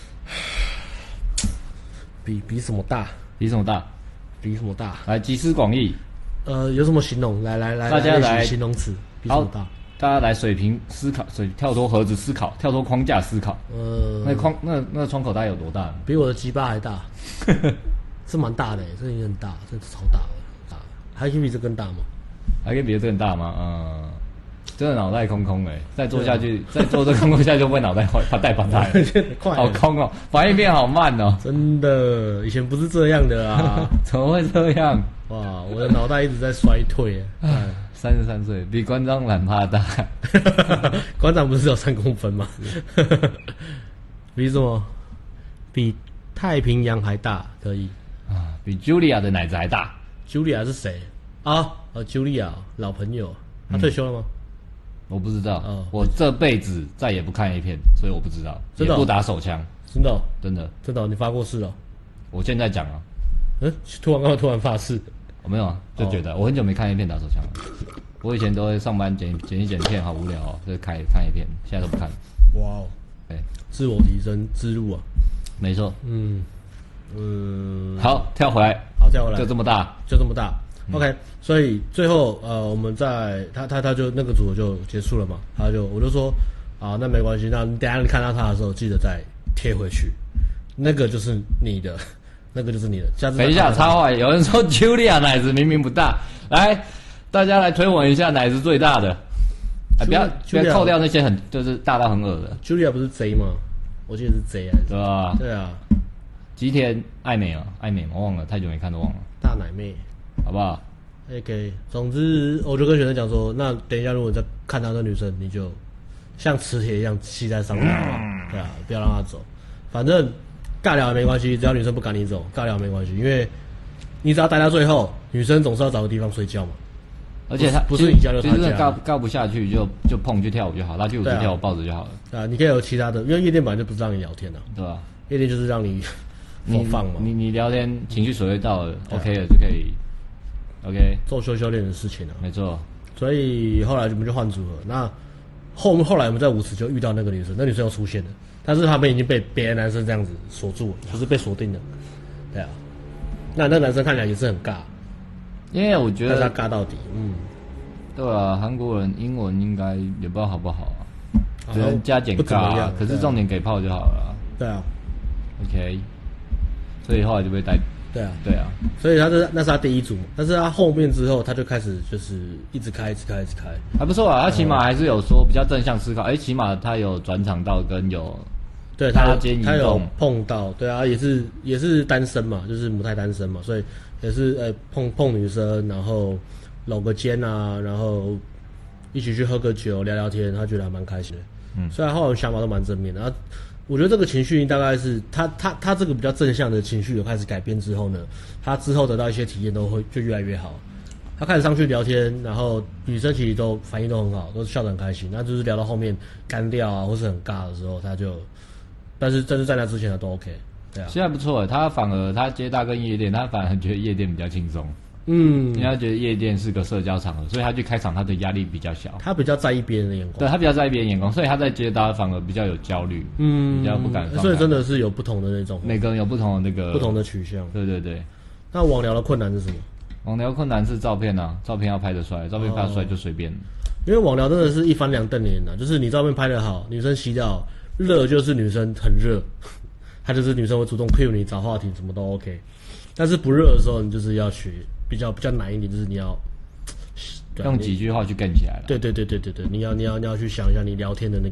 比比什么大？ 比什么大？ 比什么大？ 来集思广益。 呃，有什么形容？来来来， 大家来形容词。比什么大？ 大家来水平思考，水跳脱盒子思考，跳脱框架思考。呃，那框那那个窗口大概有多大？ 比我的鸡巴还大，是蛮大的，这已经很大，这超大的，大的。还可以比这更大吗？ 还可以比这更大吗？嗯。真的脑袋空空哎、欸，再做下去，再做这空空下去就会脑袋发带反带，好空哦，反应变好慢哦， 真的，以前不是这样的啊， 怎么会这样？ 哇，我的脑袋一直在衰退哎， 三十三岁比馆长懒趴大， 馆长不是有三公分吗？比什么？比太平洋还大，可以啊，比 Julia 的奶子还大。 Julia 是谁啊？呃 ，Julia 老朋友，他退休了吗？嗯我不知道，哦、我这辈子再也不看 A 片，所以我不知道， 真的、哦、 也不打手枪， 真的、哦， 真的， 真的、哦，你发过誓了？ 我现在讲啊， 嗯，突然刚刚突然发誓， 我、哦、没有啊，就觉得、哦、我很久没看 A 片打手枪了，我以前都会上班剪剪一剪片，好无聊哦，就开看 A 片，现在都不看。 哇哦，哎，自我提升之路啊， 没错， 嗯嗯， 好，跳回来， 好跳回来， 就这么大， 就这么大。OK，所以最后呃，我们在他他他就那个组就结束了嘛，他就我就说啊，那没关系，那你等一下你看到他的时候，记得再贴回去，那个就是你的，那个就是你的。下次等一下插话，有人说 Julia 奶子明明不大，来大家来推文一下奶子最大的，哎、不要不要扣掉那些很就是大到很恶的。 Julia 不是 J 吗？我记得是 J 啊， 对吧？ 对啊， 吉田爱美啊，爱美我忘了，太久没看都忘了。 大奶妹。 好不好 ？OK， 总之我就跟学生讲说，那等一下如果你再看到那女生，你就像磁铁一样吸在上面，好不好？对啊，不要让她走。反正尬聊也没关系，只要女生不赶你走，尬聊没关系，因为你只要待到最后，女生总是要找个地方睡觉嘛。 而且她不是你家就她家， 其实尬尬不下去就就碰去跳舞就好，拉去舞池跳舞抱着就好了。 对啊，你可以有其他的，因为夜店本来就不是让你聊天的、啊， 对吧？ 夜店就是让你放嘛。 你你聊天情绪水位到了 ，OK 了就可以。OK， 做修修炼的事情啊， 没错。 所以后来我们就换组合。那后后来我们在舞池就遇到那个女生，那女生又出现了，但是他们已经被别的男生这样子锁住了，就是被锁定了。对啊，那那个男生看起来也是很尬， 因为我觉得他尬到底，嗯， 对啊，韩国人英文应该也不知道好不好啊，只能加减尬、啊，可是重点给炮就好了、啊。 对啊 ，OK， 所以后来就被带。 对啊， 对啊， 所以他是那是他第一组，但是他后面之后他就开始就是一直开，一直开，一直开， 还不错啊。他起码还是有说比较正向思考，哎、欸，起码他有转场到跟有， 对他他有碰到，对啊，也是也是单身嘛，就是母胎单身嘛，所以也是呃、欸、碰碰女生，然后搂个肩啊，然后一起去喝个酒聊聊天，他觉得还蛮开心的。嗯，虽然后来想法都蛮正面的。我觉得这个情绪大概是他他他这个比较正向的情绪有开始改变之后呢，他之后得到一些体验都会就越来越好。他开始上去聊天，然后女生其实都反应都很好，都笑得很开心。那就是聊到后面干掉啊，或是很尬的时候，他就，但是但是在那之前他都 OK， 对啊。 现在不错，他反而他接大跟夜店，他反而觉得夜店比较轻松。 嗯， 因为他觉得夜店是个社交场合，所以他去开场，他的压力比较小。 他比较在意别人的眼光， 对他比较在意别人眼光，所以他在接搭反而比较有焦虑，嗯，比较不敢放。 所以真的是有不同的那种， 每个人有不同的那个不同的取向。 对对对。 那网聊的困难是什么？ 网聊困难是照片啊，照片要拍得出来，照片拍得出来就随便。哦、 因为网聊真的是一翻两瞪眼的，就是你照片拍得好，女生洗澡热就是女生很热，她就是女生会主动 cue 你找话题，什么都 OK。但是不热的时候，你就是要去。比较比较难一点，就是你要用几句话去跟起来了。 对对对对对对，你要你要你要去想一下你聊天的那个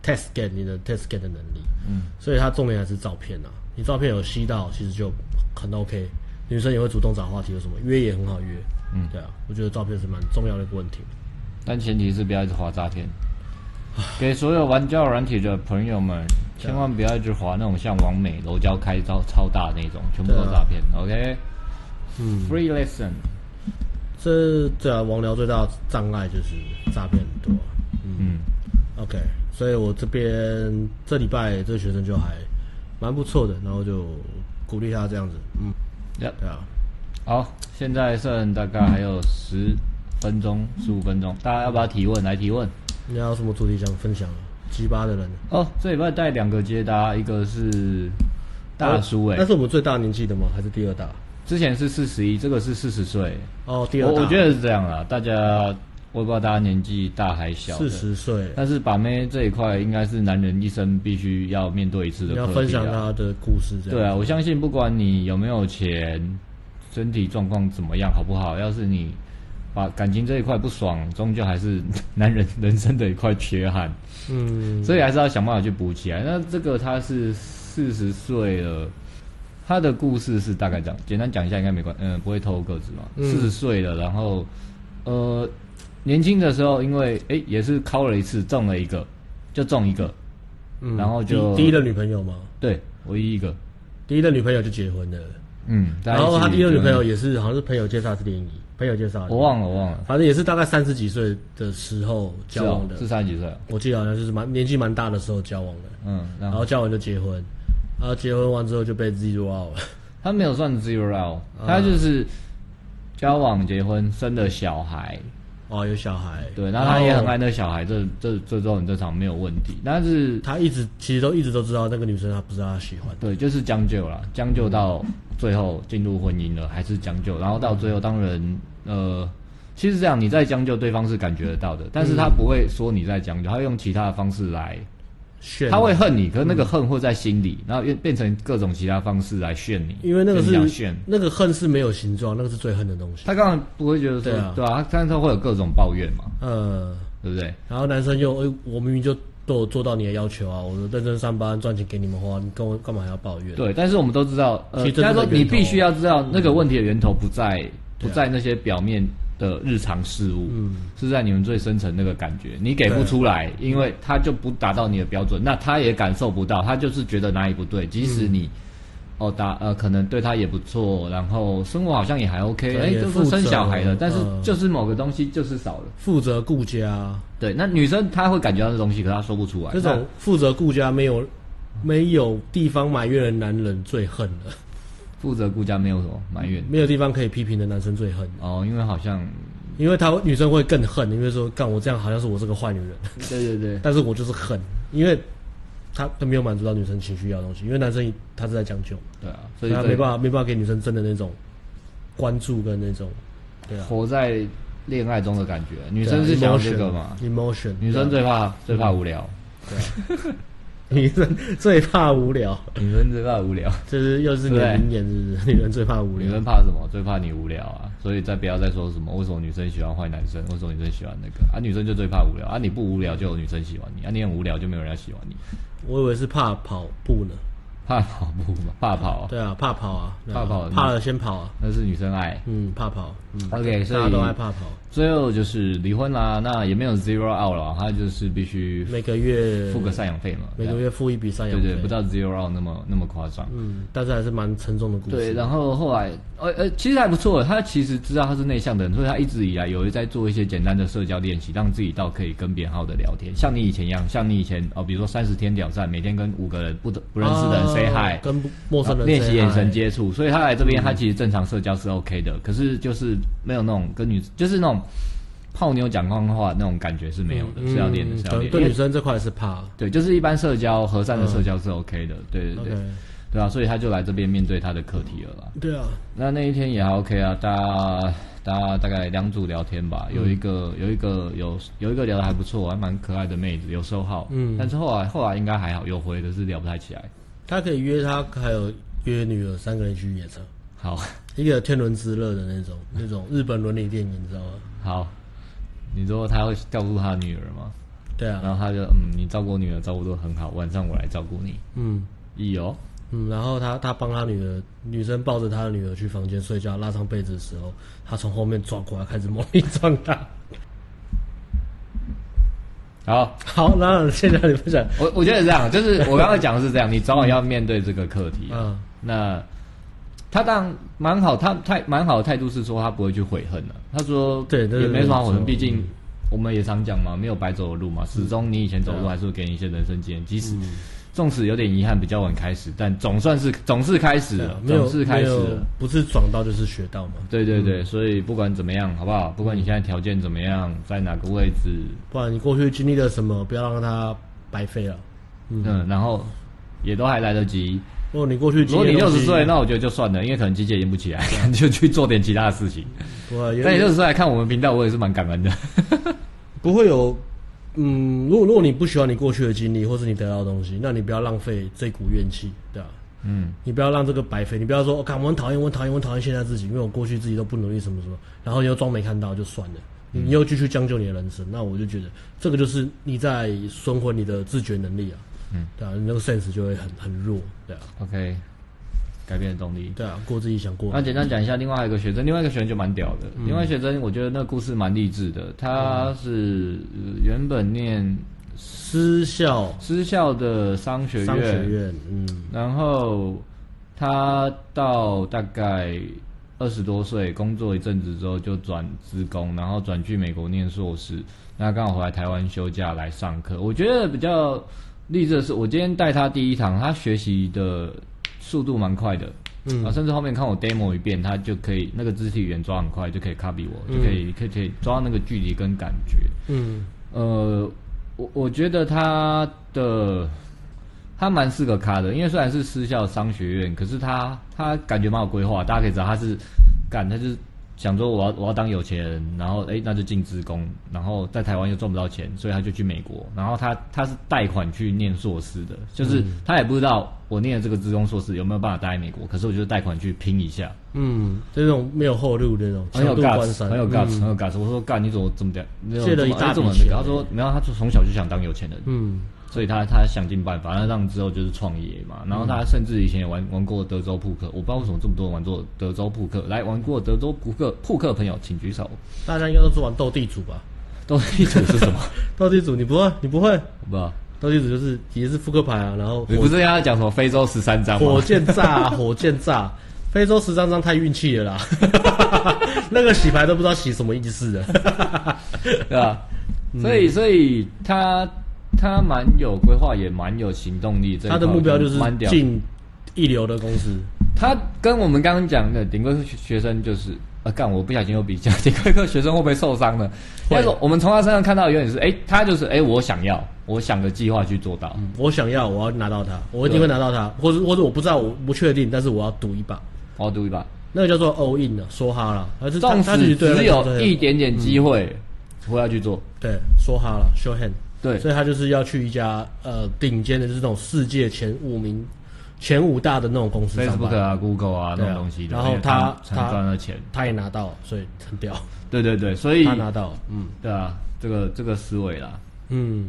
test scan 你的 test scan 的能力，嗯，所以它重点还是照片啊，你照片有吸到，其实就很 OK， 女生也会主动找话题，有什么约也很好约，嗯，对啊，我觉得照片是蛮重要的一个问题， 但前提是不要一直滑诈骗。给所有玩交友软体的朋友们，千万不要一直滑那种像网美楼交开超超大的那种，全部都诈骗。OK， 嗯 ，Free lesson。 这对啊，网聊最大的障碍就是诈骗很多。嗯, 嗯 ，OK， 所以我这边这礼拜这个学生就还蛮不错的，然后就鼓励他这样子。嗯， yep. 对啊。 好，现在剩大概还有十分钟、十五分钟，大家要不要提问？来提问。 你要有什么主题想分享啊？鸡巴的人哦，这礼拜带两个接搭，一个是大叔哎、欸， 那是我们最大年纪的吗？还是第二大？ 之前是四十一，这个是四十岁。 哦，第二大。 我我觉得是这样啦，大家我也不知道大家年纪大还小。 四十岁， 但是把妹这一块应该是男人一生必须要面对一次的课题。 你要分享他的故事，这样。 对啊，我相信不管你有没有钱，身体状况怎么样，好不好？要是你把感情这一块不爽，终究还是男人人生的一块缺憾。嗯，所以还是要想办法去补起来。那这个他是四十岁了，他的故事是大概讲，简单讲一下，应该没关，嗯、呃，不会透露个子嘛。四十岁了，然后呃，年轻的时候因为哎、欸、也是考了一次，中了一个，就中一个，嗯、然后就第一任女朋友吗？ 对，唯一一个， 第一任女朋友就结婚了。嗯，然后他第一任女朋友也是好像是朋友介绍，是联谊。朋友介绍， 我忘了，我忘了， 反正也是大概三十几岁的时候交往的， 是三十几岁， 我记得好像就是蛮年纪蛮大的时候交往的，嗯，然后交往就结婚，然后结婚完之后就被 zero out 了， 他没有算 zero out，、嗯、他就是交往结婚生了小孩， 哦，有小孩， 对，然后他也很爱那小孩，这这这都很正常，没有问题，但是他一直其实都一直都知道那个女生他不是他喜欢的， 对，就是将就啦，将就到最后进入婚姻了，还是将就，然后到最后当然。呃，其实这样，你在将就，对方是感觉得到的，但是他不会说你在将就，他会用其他的方式来，他会恨你，可是那个恨会在心里，然后变成各种其他方式来炫你， 因为那个是炫，那个恨是没有形状，那个是最恨的东西。 他刚刚不会觉得说，对啊，对啊，但是他会有各种抱怨嘛，呃，对不对？ 然后男生又，哎，我明明就都有做到你的要求啊，我认真上班赚钱给你们花，你跟我干嘛还要抱怨？ 对，但是我们都知道，呃，他说你必须要知道那个问题的源头不在。不在那些表面的日常事物，嗯，是在你们最深层那个感觉，你给不出来，因为他就不达到你的标准，那他也感受不到，他就是觉得哪里不对，即使你、嗯、哦打呃可能对他也不错，然后生活好像也还 OK， 哎，就是生小孩了，但是就是某个东西就是少了， 负责顾家， 对，那女生她会感觉到这东西，可是她说不出来， 这种负责顾家没有没有地方埋怨的男人最恨了。 负责顾家没有什么埋怨， 没有地方可以批评的男生最恨哦，因为好像， 因为他女生会更恨，因为说干我这样好像是我是个坏女人， 对对对， 但是我就是恨，因为他他没有满足到女生情绪要的东西，因为男生他是在将就， 对啊， 所以他没办法没办法给女生真的那种关注跟那种，对啊， 活在恋爱中的感觉，女生是想要这个嘛 ，emotion， 女生最怕最怕无聊， 对啊。女生最怕无聊， 女生最怕无聊， 这是又是你的名言，是不是？女人最怕无聊， 女人怕什么？最怕你无聊啊！所以再不要再说什么为什么女生喜欢坏男生，为什么女生喜欢那个啊？女生就最怕无聊啊！你不无聊就有女生喜欢你啊！你很无聊就没有人要喜欢你。 我以为是怕跑步呢， 怕跑步嘛？怕跑、啊？ 对啊，怕跑啊， 怕跑， 怕了先跑啊， 那是女生爱， 嗯，怕跑，嗯 ，OK， 所以大家都爱怕跑。 最后就是离婚啦，那也没有 zero out 了，他就是必须每个月付个赡养费嘛， 每个月付一笔赡养费， 对对，不到 zero out 那么那么夸张， 嗯，但是还是蛮沉重的故事。 对，然后后来，呃呃，其实还不错，他其实知道他是内向的人，所以他一直以来有在做一些简单的社交练习，让自己到可以跟别人好好的聊天，像你以前一样，像你以前哦，比如说三十天挑战，每天跟五个人不不认识的人 say hi，、哦、 跟陌生人练习眼神接触，所以他来这边、嗯，他其实正常社交是 OK 的，可是就是没有那种跟女，就是那种。泡妞讲官话那种感觉是没有的，嗯、是要练的，是要练。 对女生这块是怕， 对，就是一般社交和善的社交是 OK 的，嗯、对对对， okay. 对啊，所以他就来这边面对他的课题了啦。 对啊， 那那一天也还 OK 啊，大家大家大概两组聊天吧，有一个有一个有有一个聊得还不错，还蛮可爱的妹子，有收号，嗯，但是后来后来应该还好，有回的是聊不太起来。 他可以约他，还有约女儿三个人去野餐， 好， 一个天伦之乐的那种那种日本伦理电影，你知道吗？ 好。你说他会告诉他女儿吗？ 对啊， 然后他就嗯，你照顾女儿照顾得很好，晚上我来照顾你。 嗯， 意哦。 嗯，然后他他帮他女儿，女生抱着他的女儿去房间睡觉，拉上被子的时候，他从后面抓过来开始猛力撞她。 好， 好，那现在你分享， 我我觉得是这样，就是我刚刚讲的是这样，你早晚要面对这个课题。嗯，那他当然蛮好，他态蛮好的态度是说他不会去悔恨的。他说，对，也没什么悔恨，毕竟我们也常讲嘛，没有白走的路嘛，始终你以前走路还是会给你一些人生经验，即使。纵使有点遗憾，比较晚开始，但总算是总是开始了，总是开始了， 不是撞到就是学到嘛。 对对对，嗯、所以不管怎么样，好不好？不管你现在条件怎么样，在哪个位置， 不然你过去经历了什么，不要让它白费了。 嗯，嗯然后也都还来得及。 如果你过去， 如果你六十岁，那我觉得就算了，因为可能机械连不起来，你就去做点其他的事情。对，但你六十岁来看我们频道，我也是蛮感恩的。 不会有。嗯，如果如果你不喜欢你过去的经历，或是你得到的东西，那你不要浪费这股怨气，对吧、啊？嗯，你不要让这个白费，你不要说，我、哦、看我很讨厌，我很讨厌，我很讨厌现在自己，因为我过去自己都不努力什么什么，然后你又装没看到就算了，你又继续将就你的人生，那我就觉得这个就是你在损毁你的自觉能力啊，嗯，对啊，你那个 sense 就会很很弱，对啊 ，OK。改变的动力， 对啊，过自己想过。 那简单讲一下，另外一个学生，另外一个学生就蛮屌的。嗯、另外学生，我觉得那个故事蛮励志的。他是、呃、原本念私校， 私校的商学院， 商学院，嗯， 然后他到大概二十多岁，工作一阵子之后就转资工，然后转去美国念硕士。那刚好回来台湾休假来上课。我觉得比较励志的是，我今天带他第一堂，他学习的。速度蛮快的，嗯，啊，甚至后面看我 demo 一遍，他就可以那个肢体语言抓很快，就可以 copy 我，嗯、就可以可以可以抓那个距离跟感觉，嗯，呃，我我觉得他的他蛮是个咖的，因为虽然是私校商学院，可是他他感觉蛮有规划，大家可以知道他是干，他就是想说我要我要当有钱人，然后哎、欸、那就进资工，然后在台湾又赚不到钱，所以他就去美国，然后他他是贷款去念硕士的，就是他也不知道我念的这个资工硕士有没有办法待在美国，可是我就是贷款去拼一下， 嗯，这种没有后路的那种， 很有 guts， 很有 guts， 很有 guts。我说干你怎么这么屌？ 借了一大笔钱，他说没有，他从小就想当有钱人，嗯。所以他他想尽办法，那让之后就是创业嘛。然后他甚至以前也玩玩过德州扑克，我不知道为什么这么多人玩过德州扑克。来玩过德州扑克扑克的朋友请举手。 大家应该都是玩斗地主吧？ 斗地主是什么？ 斗地主你不会？你不会？ 我不知道。 斗地主就是也是扑克牌啊，然后你不是要讲什么非洲十三张吗？ 火箭炸，火箭炸。非洲十三张太运气了啦，那个洗牌都不知道洗什么意思的， 对吧？所以所以他。他蛮有规划，也蛮有行动力。 他的目标就是进一流的公司。 他跟我们刚刚讲的顶规学生就是啊，干我不小心又比较顶规课学生会不会受伤呢？但是我们从他身上看到有点是，哎、欸，他就是哎、欸，我想要，我想个计划去做到、 嗯，我想要，我要拿到它，我一定会拿到它，或者或者我不知道，我不确定，但是我要赌一把， 我要赌一把， 那个叫做 all in 了，说哈了， 纵使只有一点点机会，嗯、我要去做， 对，说哈了 ，show hand。 对， 所以他就是要去一家呃顶尖的，就是那种世界前五名、前五大的那种公司上班 ，Facebook 啊、Google 啊那种东西的。 然后他他赚了钱， 他也拿到了，所以很屌。 对对对，所以他拿到了，嗯， 对啊，这个这个思维啦， 嗯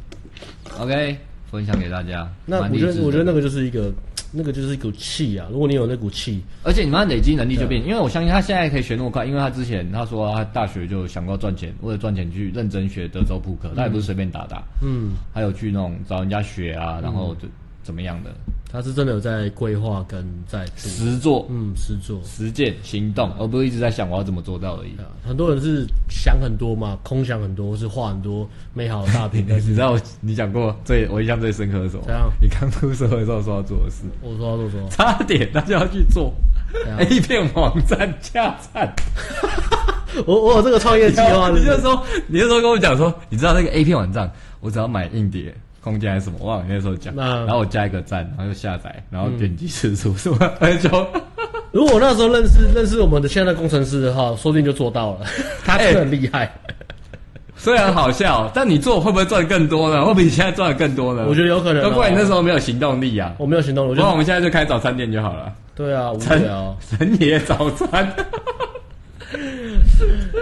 ，OK， 分享给大家。 那我觉得我觉得那个就是一个。那个就是一股气啊！如果你有那股气， 而且你慢慢累积能力就变，因为我相信他现在可以学那么快，因为他之前他说他大学就想过赚钱，为了赚钱去认真学德州扑克，他也不是随便打打，嗯，还有去那种找人家学啊，然后就怎么样的， 他是真的有在规划跟在实做， 嗯，实做、 实践、行动，而不是一直在想我要怎么做到而已。 很多人是想很多嘛，空想很多，是画很多美好的大饼。 你知道你讲过最我印象最深刻的什么？ 怎样？ 你刚出社会的时候说要做的事， 我说要做什么？ 差点他就要去做 A 片网站架站。 我我有这个创业计划， 你就说你就说跟我讲说，你知道那个 A 片网站，我只要买硬碟。空间还是什么？我忘了那时候讲，然后我加一个赞，然后又下载，然后点击次数是吧？就如果我那时候认识认识我们的现在的工程师的话，说不定就做到了。他真的很厉害， 虽然好笑，但你做会不会赚更多呢？会比你现在赚的更多呢？ 我觉得有可能。 要不然你那时候没有行动力啊！ 我没有行动力， 不然我们现在就开早餐店就好了。 对啊，无聊。 神爷早餐。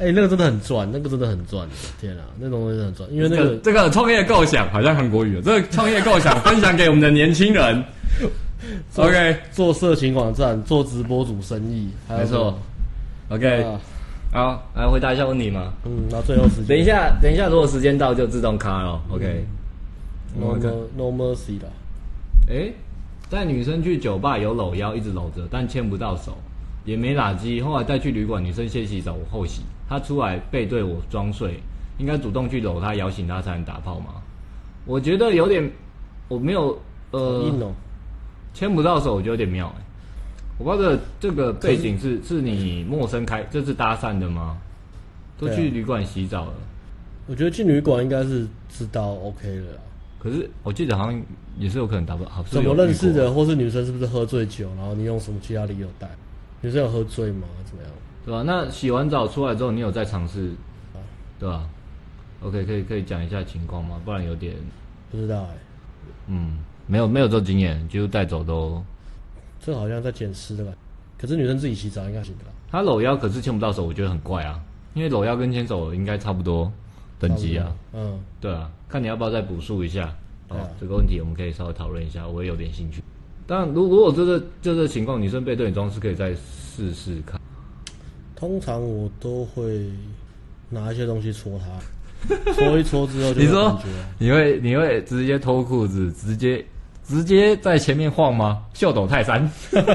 哎、欸，那个真的很赚，那个真的很赚，天啊，那种东西真的很赚，因为那个这个创业构想好像韩国语了，这个创业构想分享给我们的年轻人。OK， 做色情网站，做直播主生意， 没错。OK，、啊、好，来回答一下问题嘛。 嗯，然后最后时间， 等一下，等一下，如果时间到就自动卡了。OK， No No Mercy 啦。 哎，带女生去酒吧有搂腰，一直搂着，但牵不到手，也没打击。后来带去旅馆，女生先洗澡，我后洗。她出来背对我装睡，应该主动去搂她，摇醒她才能打炮吗？我觉得有点，我没有呃， 硬哦， 牵不到手，我觉得有点妙哎。我不知道这个背景是是你陌生开，这是搭讪的吗？都去旅馆洗澡了。 我觉得进旅馆应该是知道 OK 了啦。 可是我记得好像也是有可能打不好。 怎么认识的，或是女生是不是喝醉酒，然后你用什么其他理由带？女生有喝醉吗？怎么样？ 对吧、啊？那洗完澡出来之后，你有在尝试，啊、对吧、啊、？OK， 可以可以讲一下情况吗？不然有点不知道哎、欸。 嗯，没有没有这经验，几乎带走都。 这好像在捡尸的吧？可是女生自己洗澡应该行的啦。 她搂腰可是牵不到手，我觉得很怪啊。因为搂腰跟牵手应该差不多等级啊。嗯，对啊，看你要不要再补述一下。哦，啊、这个问题我们可以稍微讨论一下，我也有点兴趣。当然，如如果这个就这个情况，女生背对你装是可以再试试看。 通常我都会拿一些东西戳她，戳一戳之后就你说你会你会直接脱裤子，直接直接在前面晃吗？秀斗泰山。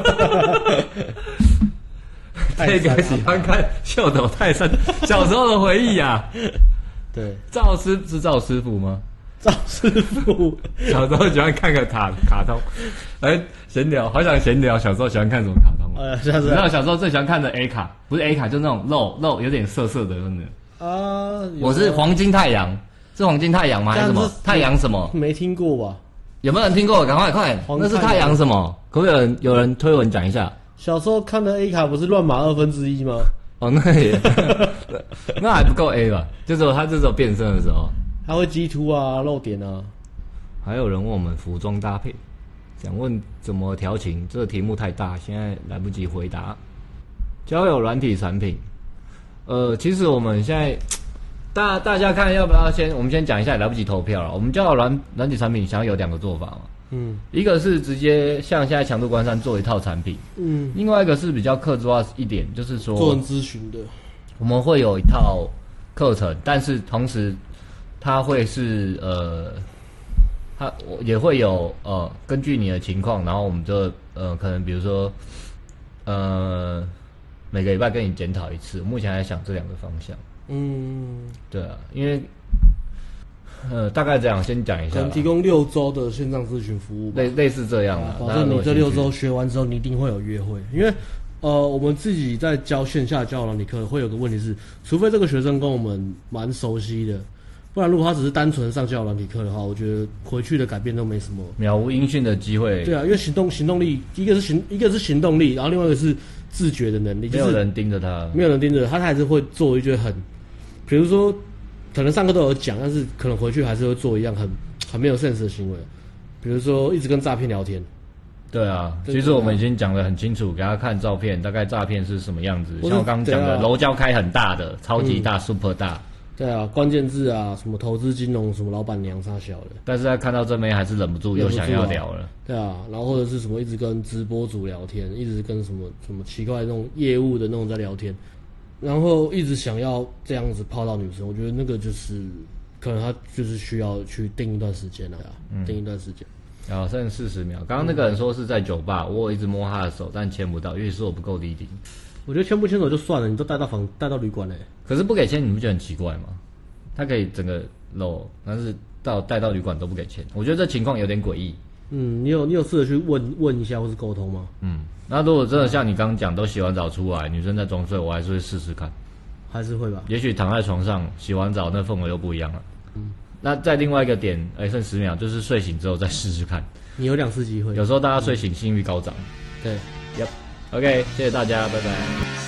这个喜欢看秀斗泰山，小时候的回忆啊。 对， 赵师是赵师傅吗？ 赵师傅小时候喜欢看个卡卡通，哎，闲聊，好想闲聊。小时候喜欢看什么卡通？ 哎，下次。 你知道小时候最喜欢看的 A 卡，不是 A 卡，就那种肉肉有点涩涩的那个。啊， 我是黄金太阳，是黄金太阳吗？还是什么太阳什么？ 没听过吧？ 有没有人听过？赶快快，那是太阳什么？可不可以有人有人推文讲一下？ 小时候看的 A 卡不是乱码二分之一吗？ 哦，那也那还不够 A 吧？就只有他这种变身的时候， 他会激突啊、漏点啊。 还有人问我们服装搭配，想问怎么调情？这个题目太大，现在来不及回答。交友软体产品，呃，其实我们现在大大家看要不要先，我们先讲一下，来不及投票了。我们交友软软体产品想要有两个做法嘛。嗯，一个是直接像现在强度关山做一套产品，嗯，另外一个是比较客制化一点，就是说做人咨询的， 我们会有一套课程，但是同时它会是呃，它也会有呃，根据你的情况，然后我们就呃，可能比如说呃，每个礼拜跟你检讨一次。目前还想这两个方向，嗯，对啊，因为。呃，大概这样，先讲一下。 可能提供六周的线上咨询服务， 类类似这样的。 保证你这六周学完之后，你一定会有约会。因为，呃，我们自己在教线下交友软体课，会有个问题是，除非这个学生跟我们蛮熟悉的，不然如果他只是单纯上交友软体课的话，我觉得回去的改变都没什么， 渺无音讯的机会。 对啊，因为行动行动力，一个是行，一个是行动力，然后另外一个是自觉的能力。 没有人盯着他， 没有人盯着他，他还是会做一些很，比如说。可能上课都有讲，但是可能回去还是会做一样很很没有 sense 的行为，比如说一直跟诈骗聊天。 对啊，其实我们已经讲得很清楚，给他看照片，大概诈骗是什么样子。像我刚刚讲的，楼胶开很大的，超级大、嗯、super 大。 对啊，关键字啊，什么投资金融，什么老板娘啥小的。 但是他看到这边还是忍不住又想要聊了。 对啊，然后或者是什么一直跟直播主聊天，一直跟什么什么奇怪的那种业务的那种在聊天。然后一直想要这样子泡到女生，我觉得那个就是可能他就是需要去定一段时间了、啊嗯、定一段时间。 然后剩四十秒，刚刚那个人说是在酒吧，我一直摸他的手，但牵不到，因为是我不够低顶。 我觉得牵不牵手就算了，你都带到房带到旅馆嘞。 可是不给牵，你不觉得很奇怪吗？他可以整个搂，但是到带到旅馆都不给牵，我觉得这情况有点诡异。 嗯，你有你有试着去问问一下或是沟通吗？ 嗯。那如果真的像你刚刚讲，都洗完澡出来，女生在装睡，我还是会试试看， 还是会吧。 也许躺在床上洗完澡，那氛围又不一样了。嗯，那在另外一个点，哎、欸，剩十秒，就是睡醒之后再试试看。 你有两次机会。 有时候大家睡醒性欲高涨。 对 ，Yep，OK，、okay, 谢谢大家，拜拜。